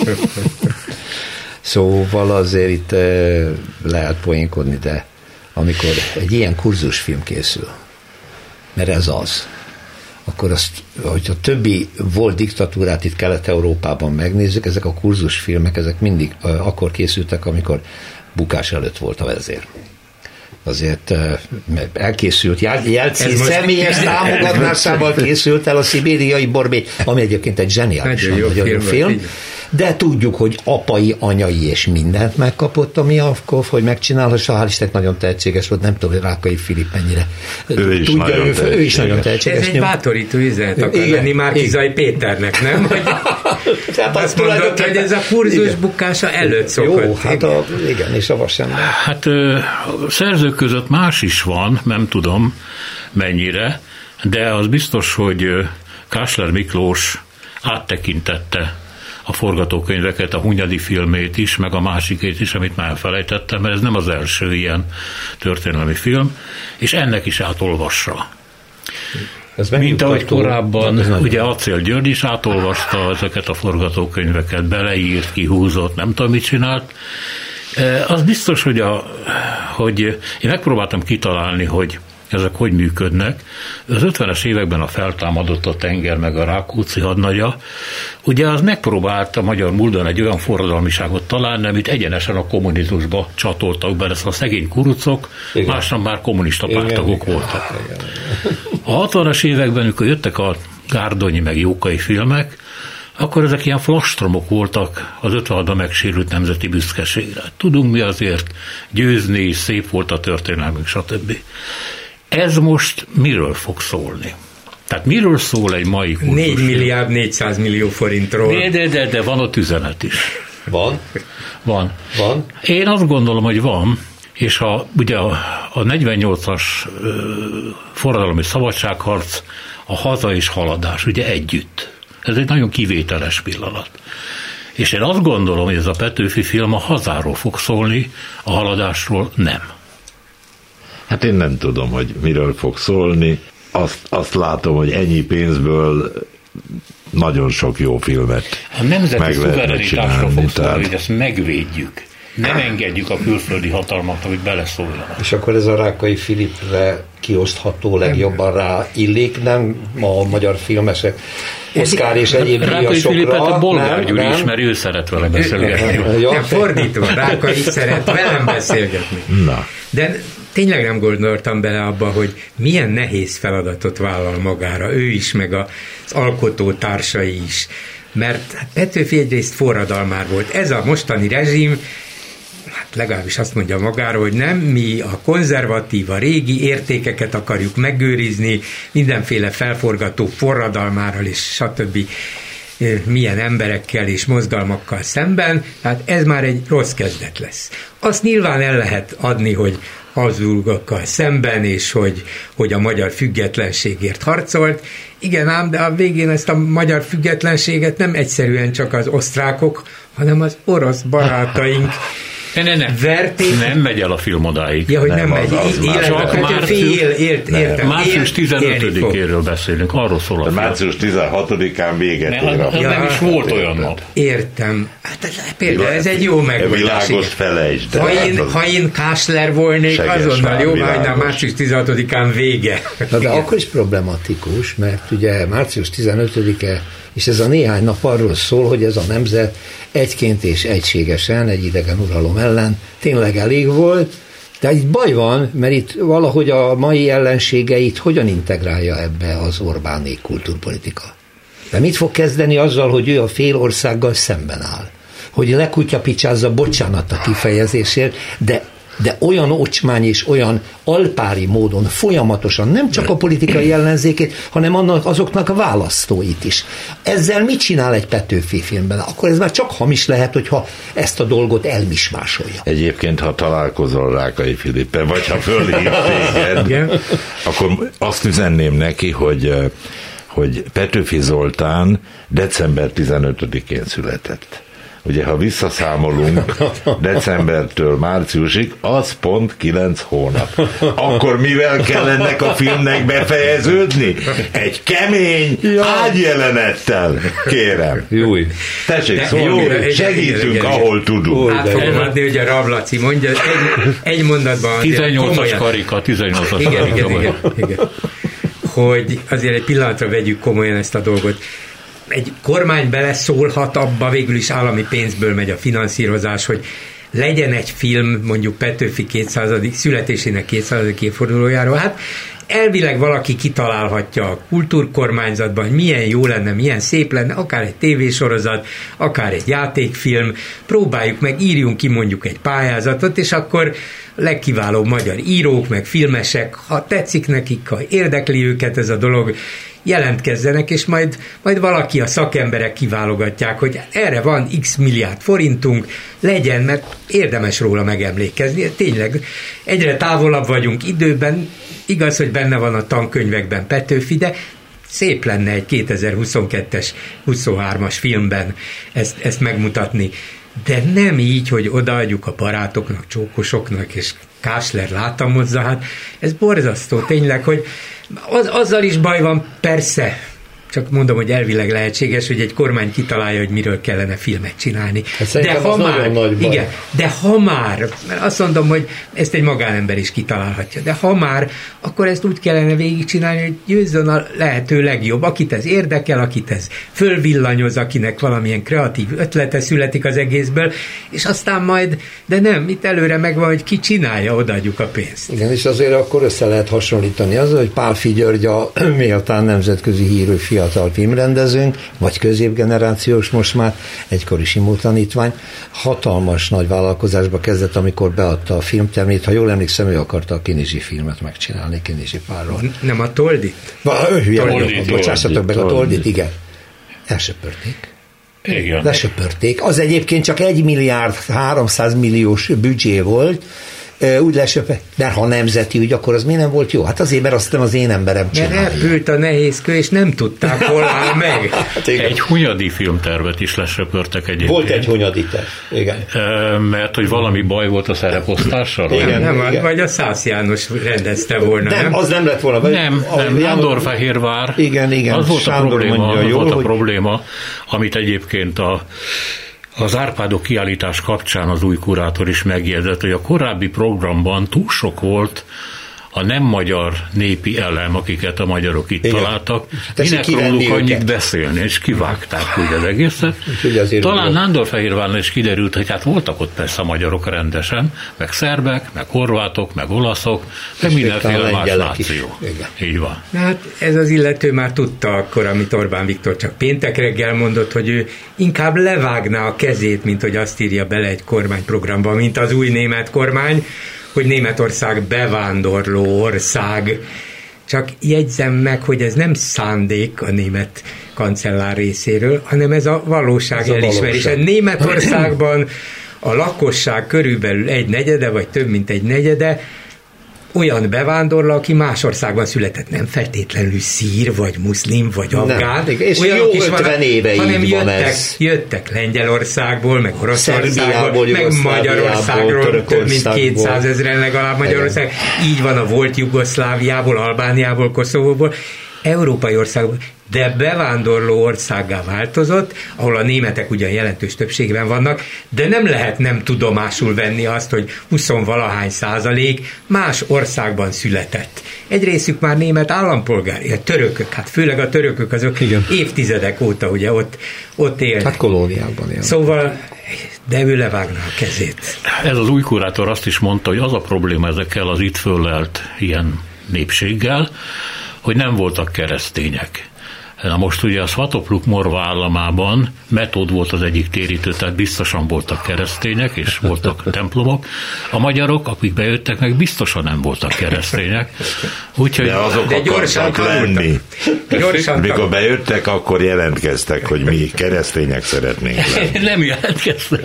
Szóval azért itt lehet poénkodni, de amikor egy ilyen kurzusfilm készül, mert ez az, akkor azt, hogy a többi volt diktatúrát itt Kelet-Európában megnézzük, ezek a kurzusfilmek, ezek mindig akkor készültek, amikor bukás előtt volt a vezér. Azért elkészült, Jelcin személyes támogatásával készült el a Szibériai borbély, ami egyébként egy zseniális nagyon jó film. de tudjuk, hogy apai, anyai és mindent megkapott a Mihálkov, hogy megcsinálhassa, hál' Istennek nagyon tehetséges volt, nem tudom, hogy Rákai Filip mennyire ő is tudja, ő is nagyon tehetséges. Ez egy bátorító üzenet akar lenni Márki-Zay Péternek, nem? Hogy azt mondott, hogy ez a kurzus bukása előtt szokott. Jó, hát igen, és a vasember. Hát szerzők között más is van, nem tudom mennyire, de az biztos, hogy Kásler Miklós áttekintette a forgatókönyveket, a Hunyadi filmét is, meg a másikét is, amit már elfelejtettem, mert ez nem az első ilyen történelmi film, és ennek is átolvassa. Mint ahogy korábban, ugye Acél György is átolvasta ezeket a forgatókönyveket, beleírt, kihúzott, nem tudom, mit csinált. Az biztos, hogy én megpróbáltam kitalálni, hogy ezek hogy működnek. Az 50-es években a feltámadott a tenger, meg a Rákóczi hadnagya, ugye az megpróbált a magyar múltban egy olyan forradalmiságot találni, amit egyenesen a kommunizmusba csatoltak be, ezt a szegény kurucok, másnap már kommunista pártagok voltak. A 60-as években, amikor jöttek a Gárdonyi meg Jókai filmek, akkor ezek ilyen flastromok voltak az 56-ban megsérült nemzeti büszkeségre. Tudunk mi azért győzni, szép volt a történelmünk, stb. Ez most miről fog szólni? Tehát miről szól egy mai kurzus? 4 milliárd 400 millió forintról. De van ott üzenet is. Van? Van. Én azt gondolom, hogy van, és ugye a 48-as forradalmi szabadságharc, a haza és haladás, ugye együtt. Ez egy nagyon kivételes pillanat. És én azt gondolom, hogy ez a Petőfi film a hazáról fog szólni, a haladásról nem. Hát én nem tudom, hogy miről fog szólni. Azt látom, hogy ennyi pénzből nagyon sok jó filmet a nemzeti szuverenitásra fog szólni, hogy ezt megvédjük. Nem engedjük a külföldi hatalmat, hogy beleszóljanak. És akkor ez a Rákai Filipre kiosztható legjobban ráillik, nem a magyar filmesek Oszkár és egyéb díjasokra. Rákai Filipet a Bolgár Gyuri ismeri, ő szeret vele beszélgetni. Nem, fordítva, Rákai szeret velem beszélgetni. Na. De tényleg nem gondoltam bele abba, hogy milyen nehéz feladatot vállal magára ő is, meg az alkotó társai is. Mert Petőfi egyrészt forradalmár volt. Ez a mostani rezsim, hát legalábbis azt mondja magáról, hogy nem, mi a konzervatív, a régi értékeket akarjuk megőrizni, mindenféle felforgató forradalmárral és stb. Milyen emberekkel és mozgalmakkal szemben, tehát ez már egy rossz kezdet lesz. Azt nyilván el lehet adni, hogy Habsburgokkal szemben, és hogy a magyar függetlenségért harcolt. Igen ám, de a végén ezt a magyar függetlenséget nem egyszerűen csak az osztrákok, hanem az orosz barátaink verték. Nem megy el a film odáig. Ja, hogy nem megy. Március 15-éről beszélünk, arról szól a film. Március 16-án véget ér. Nem is volt olyan nap. Értem. Hát például ez egy jó megoldás. Világost felejtsd. Ha én Kásler volnék, azonnal jó, hagynám március 16-án vége. De akkor is problematikus, mert ugye március 15-e, és ez a néhány nap arról szól, hogy ez a nemzet egyként és egységesen egy idegen uralom ellen tényleg elég volt, de itt baj van, mert itt valahogy a mai ellenségeit hogyan integrálja ebbe az Orbáni kultúrpolitika. De mit fog kezdeni azzal, hogy ő a fél országgal szemben áll? Hogy lekutyapicsázza, bocsánat a kifejezésért, de olyan ocsmány és olyan alpári módon folyamatosan nem csak a politikai ellenzékét, hanem azoknak a választóit is. Ezzel mit csinál egy Petőfi filmben? Akkor ez már csak hamis lehet, hogyha ezt a dolgot elmismásolja. Egyébként, ha találkozol Rákai Filippel, vagy ha fölhív téged, akkor azt üzenném neki, hogy Petőfi Zoltán december 15-én született. Ugye, ha visszaszámolunk decembertől márciusig, az pont 9 hónap. Akkor mivel kell ennek a filmnek befejeződni? Egy kemény ágyjelenettel, kérem. Júj. Tessék szólni, segítünk, ahol tudunk. Át fogom adni, hogy a Rablaci mondja, egy mondatban... 18-as karika, 18-as karika. Igen. Hogy azért egy pillanatra vegyük komolyan ezt a dolgot. Egy kormány beleszólhat abba, végül is állami pénzből megy a finanszírozás, hogy legyen egy film mondjuk Petőfi 200. születésének 200. évfordulójáról. Hát elvileg valaki kitalálhatja a kultúrkormányzatban, hogy milyen jó lenne, milyen szép lenne, akár egy tévésorozat, akár egy játékfilm, próbáljuk meg, írjunk ki mondjuk egy pályázatot, és akkor legkiválóbb magyar írók, meg filmesek, ha tetszik nekik, ha érdekli őket ez a dolog, jelentkezzenek, és majd valaki, a szakemberek kiválogatják, hogy erre van x milliárd forintunk, legyen, mert érdemes róla megemlékezni. Tényleg egyre távolabb vagyunk időben, igaz, hogy benne van a tankönyvekben Petőfi, de szép lenne egy 2022-es, 23-as filmben ezt megmutatni. De nem így, hogy odaadjuk a barátoknak, csókosoknak, és Kásler látamozza, hát ez borzasztó tényleg, hogy azzal is baj van, persze, csak mondom, hogy elvileg lehetséges, hogy egy kormány kitalálja, hogy miről kellene filmet csinálni. De ha már, igen, de ha már, mert azt mondom, hogy ezt egy magánember is kitalálhatja, de ha már, akkor ezt úgy kellene végigcsinálni, hogy győzzön a lehető legjobb, akit ez érdekel, akit ez fölvillanyoz, akinek valamilyen kreatív ötlete születik az egészből, és aztán majd, de nem, itt előre megvan, hogy ki csinálja, odaadjuk a pénzt. Igen, és azért akkor össze lehet hasonlítani azzal, hogy Pálffy György a méltán nemzetközi hírű fiatal filmrendezőnk, vagy középgenerációs most már, egykori simultanítvány, hatalmas nagy vállalkozásba kezdett, amikor beadta a filmtermét. Ha jól emlékszem, ő akarta a Kinizsi filmet megcsinálni, Kinizsi párról. Nem a Toldit? Bocsássatok meg, a Toldit, igen. Elsöpörték. Igen. Lesöpörték. Az egyébként csak 1 milliárd 300 milliós büdzsé volt, úgy lesöpörték. De ha nemzeti ügy, akkor az miért nem volt jó? Hát azért, mert azt nem az én emberem csinálja. Mert elpült a nehézkő, és nem tudták, hol áll meg. Egy Hunyadi filmtervet is lesöpörtek egyébként. Volt egy Hunyadi terv, igen. Mert hogy valami baj volt a szereposztással? Igen, nem, vagy a Szász János rendezte volna, nem? Az nem lett volna. Nem, Nándorfehérvár. Igen. Az volt a probléma, amit egyébként az Árpádok kiállítás kapcsán az új kurátor is megjegyzett, hogy a korábbi programban túl sok volt a nem magyar népi elem, akiket a magyarok itt találtak. Minek róluk annyit beszélni, és kivágták úgy az egészet. Talán Nándorfehérváron is kiderült, hogy hát voltak ott persze a magyarok rendesen, meg szerbek, meg horvátok, meg olaszok, meg mindenféle más náció. Így van. Hát ez az illető már tudta akkor, amit Orbán Viktor csak péntek reggel mondott, hogy ő inkább levágná a kezét, mint hogy azt írja bele egy kormányprogramba, mint az új német kormány, hogy Németország bevándorló ország. Csak jegyzem meg, hogy ez nem szándék a német kancellár részéről, hanem ez a valóság elismerése. Németországban a lakosság körülbelül 1/4 vagy több mint 1/4 olyan bevándorló, aki más országban született, nem feltétlenül szír, vagy muszlim, vagy afgán. Nem, és olyanok jó 50 éve így van ez. Jöttek Lengyelországból, meg Oroszországból, meg Magyarországról, több mint 200 000 legalább Magyarország. Így van a volt Jugoszláviából, Albániából, Koszovóból, európai országból, de bevándorló országgá változott, ahol a németek ugyan jelentős többségben vannak, de nem lehet nem tudomásul venni azt, hogy 20-valahány % más országban született. Egy részük már német állampolgári, a törökök, hát főleg a törökök azok évtizedek óta ugye ott élnek. Hát kolóniában élnek. Szóval, de ő levágná a kezét. Ez az új kurátor azt is mondta, hogy az a probléma ezekkel az itt föllelt ilyen népséggel, hogy nem voltak keresztények. Na most ugye a Svatopluk Morva államában Metód volt az egyik térítő, tehát biztosan voltak keresztények, és voltak templomok. A magyarok, akik bejöttek, meg biztosan nem voltak keresztények. Úgyhogy de azok akartak lenni. Mikor bejöttek, akkor jelentkeztek, hogy mi keresztények szeretnénk lenni. Nem jelentkeztek.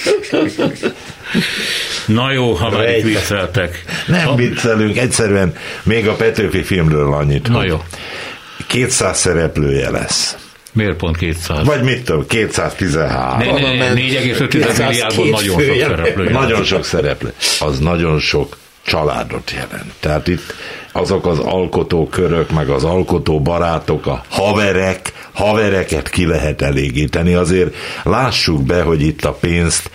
Na jó, ha már itt vicceltek. Nem viccelünk, egyszerűen még a Petőfi filmről annyit. Na jó. 200 szereplője lesz. Miért pont 200? Vagy mit tudom, 213. 4,5 milliárdból nagyon sok szereplő. Nagyon sok szereplő. Az nagyon sok családot jelent. Tehát itt azok az alkotókörök, meg az alkotó barátok, a havereket ki lehet elégíteni. Azért lássuk be, hogy itt a pénzt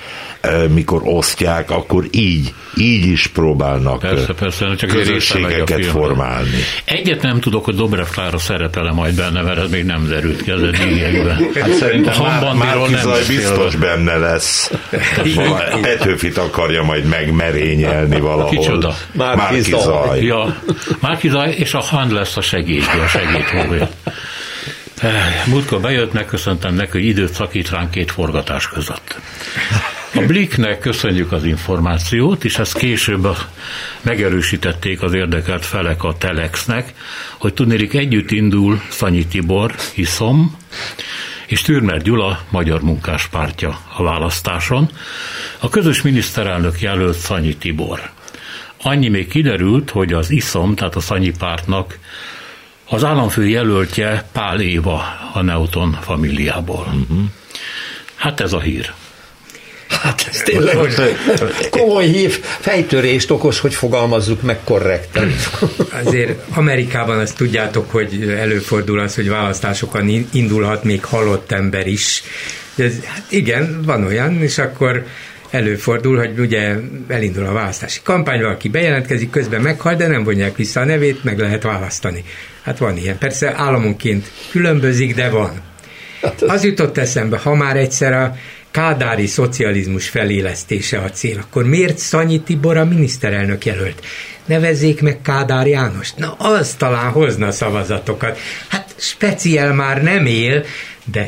mikor osztják, akkor így is próbálnak persze, csak közösségeket formálni. Egyet nem tudok, hogy Dobrev Klára szerepele majd benne, mert ez még nem derült ki az eddigiekben. Hát szerintem Márki Zaj biztos benne lesz. Petőfit akarja majd megmerényelni valahol. Kicsoda? Márki Zaj. Ja, Márki Zaj, és a Han lesz a segítője. Múltkor bejött, megköszöntem neki, hogy időt szakít ránk 2 forgatás között. A Blicknek köszönjük az információt, és ezt később megerősítették az érdekelt felek a Telexnek, hogy tudnélik együtt indul Szanyi Tibor, Iszom, és Türmer Gyula, Magyar Munkáspártja a választáson. A közös miniszterelnök jelölt Szanyi Tibor. Annyi még kiderült, hogy az Iszom, tehát a Szanyi pártnak az államfő jelöltje Pál Éva a Neuton familiából. Hát ez a hír. Hát ez tényleg komoly hív, fejtörést okoz, hogy fogalmazzuk meg korrekten. Azért Amerikában azt tudjátok, hogy előfordul az, hogy választásokon indulhat még halott ember is. Hát igen, van olyan, és akkor előfordul, hogy ugye elindul a választási kampány, valaki bejelentkezik, közben meghal, de nem vonják vissza a nevét, meg lehet választani. Hát van ilyen. Persze államonként különbözik, de van. Az jutott eszembe, ha már egyszer a kádári szocializmus felélesztése a cél, akkor miért Szanyi Tibor a miniszterelnök jelölt? Nevezzék meg Kádár Jánost. Na, az talán hozna szavazatokat. Hát speciál már nem él, de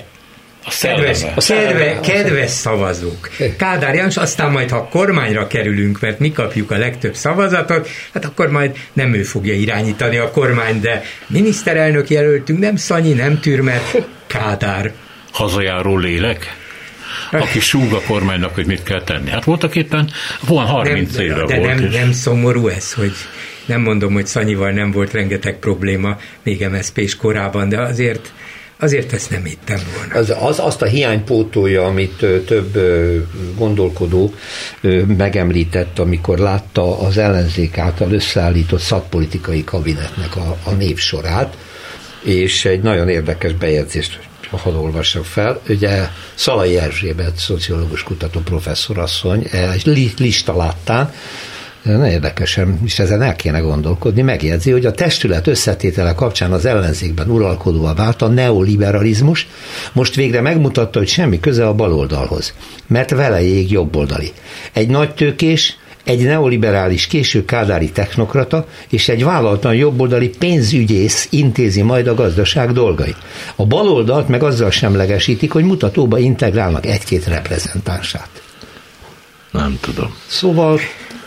kedves szavazók. Kádár János, aztán majd, ha kormányra kerülünk, mert mi kapjuk a legtöbb szavazatot, hát akkor majd nem ő fogja irányítani a kormány, de miniszterelnök jelöltünk, nem Szanyi, nem Türmer, Kádár. Hazajáró lélek, aki súg a kormánynak, hogy mit kell tenni. Hát voltak éppen, van 30 éve de volt. Nem szomorú ez, hogy nem mondom, hogy Szanyival nem volt rengeteg probléma, még MSZP-s korában, de azért ezt nem hittem volna. Azt a hiánypótolja, amit több gondolkodó megemlített, amikor látta az ellenzék által összeállított szakpolitikai kabinetnek a névsorát, és egy nagyon érdekes bejegyzést hadd olvassak fel. Ugye Szalai Erzsébet, szociológus kutató professzorasszony egy lista láttán, nagyon érdekesen, és ezen el kéne gondolkodni, megjegyzi, hogy a testület összetétele kapcsán az ellenzékben uralkodóvá vált a neoliberalizmus, most végre megmutatta, hogy semmi köze a baloldalhoz, mert vele jég jobboldali. Egy nagytőkés, egy neoliberális, késő kádári technokrata és egy vállaltan jobboldali pénzügyész intézi majd a gazdaság dolgait. A baloldalt meg azzal semlegesítik, hogy mutatóba integrálnak egy-két reprezentánsát. Nem tudom. Szóval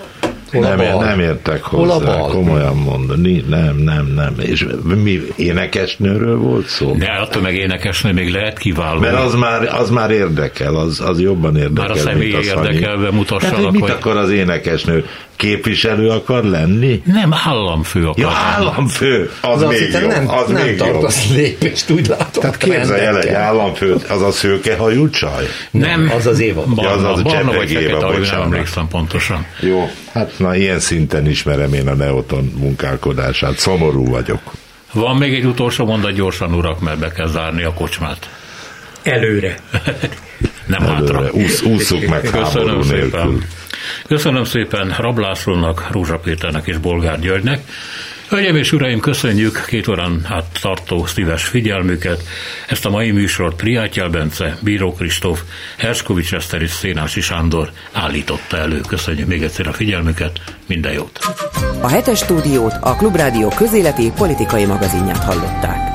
nem értek hozzá, komolyan mondani. Nem. És mi énekesnőről volt szó? De attól meg énekesnő még lehet kiváló. Mert az már érdekel, az jobban érdekel. Már a személy érdekelve mutassanak. Tehát, hogy mit akar az énekesnő? Képviselő akar lenni? Nem, államfő akar. Ja, államfő! Az még jó. Nem tartasz lépést, úgy látom. Tehát képzelj el egy államfőt, az a szőkehajú csaj? Nem. Az az Éva. Barna vagy Éva, fekete, nem emlékszem pontosan. Jó, hát na ilyen szinten ismerem én a Neoton munkálkodását. Szomorú vagyok. Van még egy utolsó mondat gyorsan, urak, mert be kell zárni a kocsmát. Előre. Nem hátra. Ússzuk meg háború nélkül. Köszönöm szépen Rab Lászlónak, Rózsa Péternek és Bolgár Györgynek. Hölgyeim és uraim, köszönjük 2 órán át tartó szíves figyelmüket. Ezt a mai műsort Priátyál Bence, Bíró Kristóf, Herskovics Eszter és Szénási Sándor állította elő. Köszönjük még egyszer a figyelmüket, minden jót! A 7-es stúdiót, a Klubrádió közéleti politikai magazinját hallották.